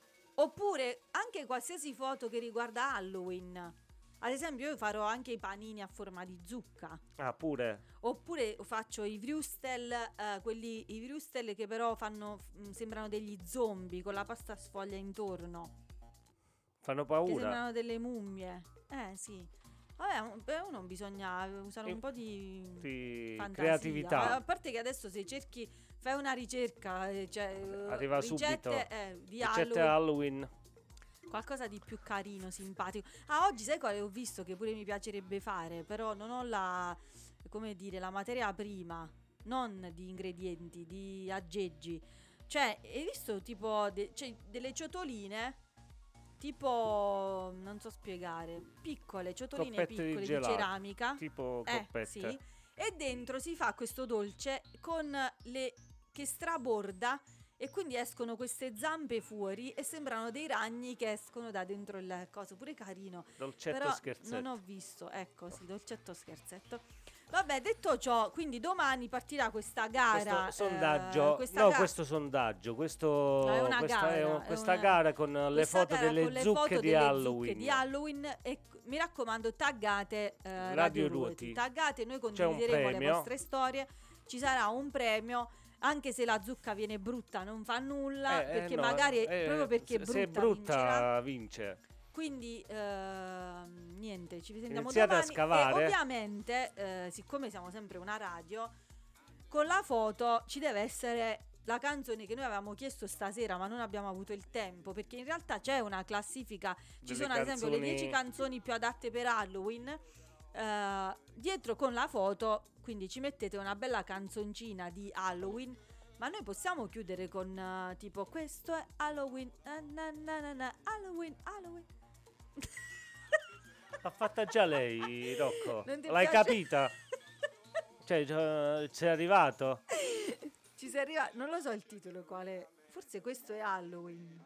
oppure anche qualsiasi foto che riguarda Halloween. Ad esempio io farò anche i panini a forma di zucca. Ah, pure. Oppure faccio i vrustel, eh, quelli i vrustel che però fanno mh, sembrano degli zombie con la pasta sfoglia intorno. Fanno Che paura. sembrano delle mummie. Eh sì. Vabbè, un- per uno bisogna usare un po' di, Di fantasia. creatività. A parte che adesso se cerchi, fai una ricerca, eh, cioè eh, Arriva ricette, subito. eh, di Ricette Halloween, Halloween. qualcosa di più carino, simpatico. Ah, oggi sai quale ho visto che pure mi piacerebbe fare, però non ho la, come dire, la materia prima, non di ingredienti, di aggeggi. Cioè, hai visto tipo de- cioè, delle ciotoline? Tipo, non so spiegare, piccole, ciotoline Coppette di piccole di, gelato, ceramica. tipo Eh, coppette. sì. E dentro si fa questo dolce con le che straborda e quindi escono queste zampe fuori e sembrano dei ragni che escono da dentro il coso, pure carino. Dolcetto Però scherzetto. non ho visto, ecco, sì, dolcetto scherzetto. Vabbè, detto ciò, quindi domani partirà questa gara. Questo sondaggio, eh, questa no, ga- questo sondaggio, questo, No, è una questa, gara, è un- è questa una- gara con le questa foto gara delle con le zucche foto di delle Halloween. zucche di Halloween e c- mi raccomando taggate eh, Radio, Radio Ruoti. Ruoti. Taggate, noi C'è un condivideremo le premio. vostre storie, ci sarà un premio. Anche se la zucca viene brutta non fa nulla, Eh, eh, perché no, magari eh, proprio perché è se- se è brutta, brutta vincerà. vince. Quindi ehm, niente, ci sentiamo Iniziate a domani. scavare. E ovviamente, eh, siccome siamo sempre una radio, con la foto ci deve essere la canzone che noi avevamo chiesto stasera, ma non abbiamo avuto il tempo, perché in realtà c'è una classifica. Ci Delle sono ad esempio le canzoni- dieci canzoni più adatte per Halloween. eh, dietro con la foto, quindi ci mettete una bella canzoncina di Halloween. Ma noi possiamo chiudere con eh, tipo questo è Halloween, na na na na na, Halloween, Halloween. L'ha fatta già lei, Rocco. Non ti L'hai piace? capita? Cioè, eh, c'è arrivato? Ci si arriva, non lo so il titolo quale. Forse questo è Halloween.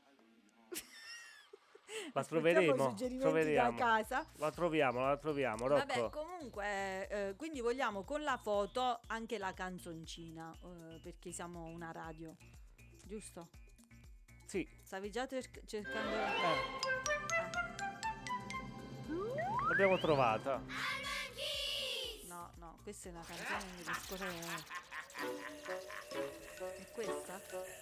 La Aspettiamo troveremo. suggerimenti Troveremo. da casa. La troviamo, la troviamo, Rocco. Vabbè, comunque, eh, quindi vogliamo con la foto anche la canzoncina, eh, perché siamo una radio, giusto? Sì. Stavi già cer- cercando. L'abbiamo trovata. No, no, questa è una canzone di discorso. È questa?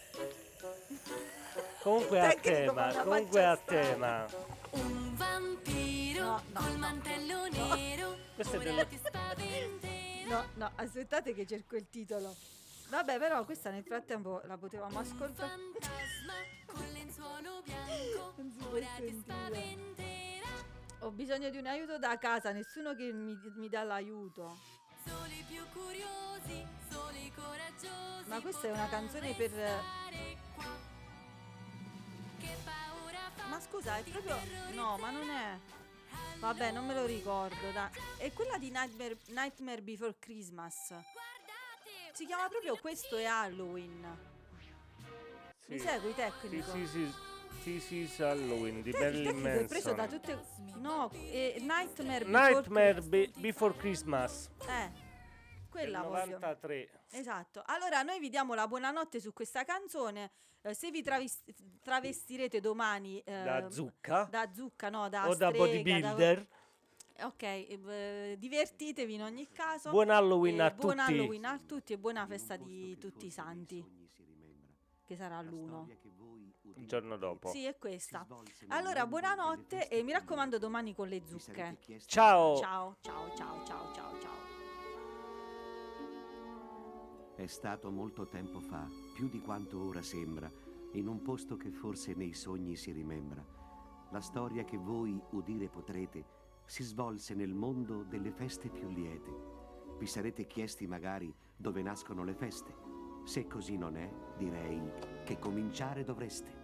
Comunque a Tecnico, ma tema, una comunque a faccia tema. Un vampiro No, no, col no. mantello nero. Questo è ora del- ti spaventerà. No, no, aspettate che cerco il titolo. Vabbè, però questa nel frattempo la potevamo ascoltare. Fantasma con lenzuolo bianco. Non si può Ora ti sentire. spaventerà. Ho bisogno di un aiuto da casa, nessuno che mi, mi dà l'aiuto. solo i più curiosi, solo i coraggiosi. Ma questa è una canzone per... stare qua. Che paura fa? Ma scusa, è proprio... No, ma non è... Vabbè, non me lo ricordo. Da... È quella di Nightmare, Nightmare Before Christmas. Si chiama proprio Questo è Halloween. Mi Sì. segui, tecnico? Sì, sì, sì. This is Halloween di Te- Marilyn tecnico è preso da Manson. tutte... No, è Nightmare Before Nightmare Be- Before Christmas. Eh, quella del voglio. novantatré. Esatto. Allora noi vi diamo la buonanotte su questa canzone. Eh, se vi travis- travestirete domani eh, Da zucca. da zucca, no, da O da strega, bodybuilder. da- Ok, eh, divertitevi in ogni caso. Buon Halloween E a buon tutti. Halloween a tutti e buona festa di tutti i santi. Che sarà l'uno. Il giorno dopo. Sì, è questa. Allora, buonanotte e mi raccomando domani con le zucche. Ciao. Ciao, ciao, ciao, ciao, ciao, ciao. È stato molto tempo fa, più di quanto ora sembra, in un posto che forse nei sogni si rimembra. La storia che voi udire potrete si svolse nel mondo delle feste più liete. Vi sarete chiesti magari dove nascono le feste. Se così non è, direi che cominciare dovreste.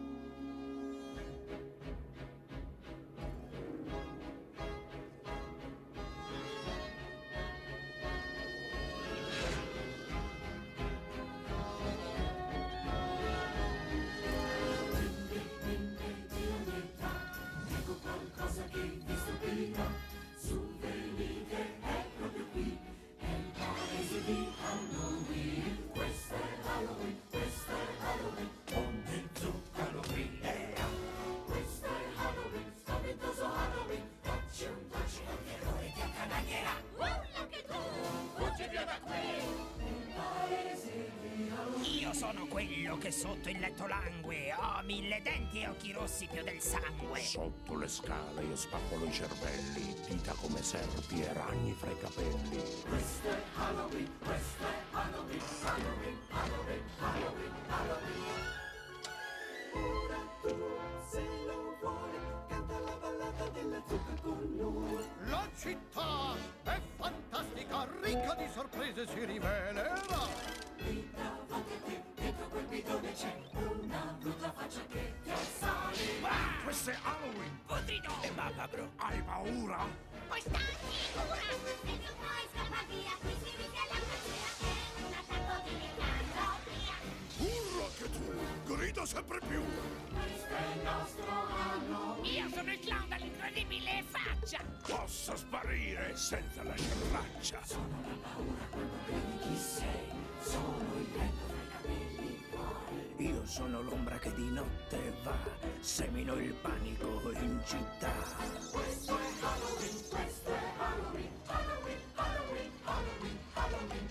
Dico qualcosa che vi stupirà, su venite, è proprio qui, è il paese di Halloween. Questo è Halloween, questo è Halloween, ogni zuccaro brilla. Questo è Halloween, spaventoso Halloween, facci un dolce o il terrore ti accanagnerà. Urla che tu, fuggi via da qui, il paese di Halloween. Io sono quello che sotto il letto langue, ho mille denti e occhi rossi più del sangue. Sotto le scale io spappolo i cervelli, dita come serpi e ragni fra i capelli. Questo è Halloween, questo è Halloween, Halloween, Halloween, Halloween, Halloween. Ora tu, se lo vuoi, canta la ballata della zucca con lui. La città è fantastica, ricca di sorprese, si rivelerà. Ritrovate te, dentro quel bidone c'è una brutta faccia che ti assale. Ah, questo è Halloween! Putrido! E macabro, hai paura? Puoi stare sicura, se tu vuoi scappa via, qui si rischia la pazzia, è un attacco di licantropia. Urla che tu, grida sempre più! Questo è il nostro Halloween. Io sono il clown dall'incredibile faccia. Posso sparire senza lasciar traccia. Sono la paura quando vedi chi sei, sono il vento fra i capelli tuoi. Io sono l'ombra che di notte va, semino il panico in città. Questo è Halloween, questo è Halloween, Halloween, Halloween, Halloween, Halloween.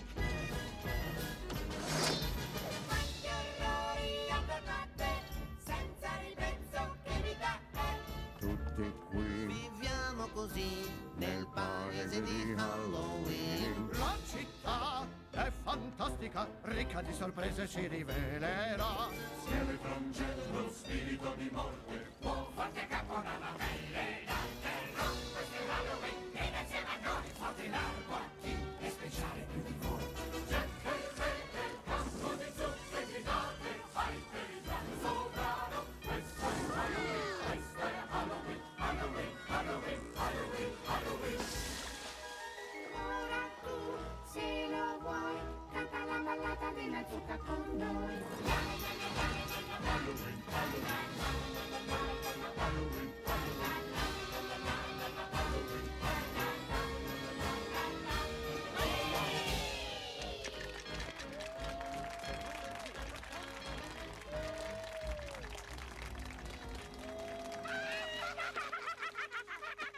Quanti orrori abbandonate, senza ribrezzo che vita è. Tutti qui Viviamo così nel paese di Halloween. La città è fantastica, ricca di sorprese, si rivelerà. Siete tra un gelo, spirito di morte, può farti a capo una lamella.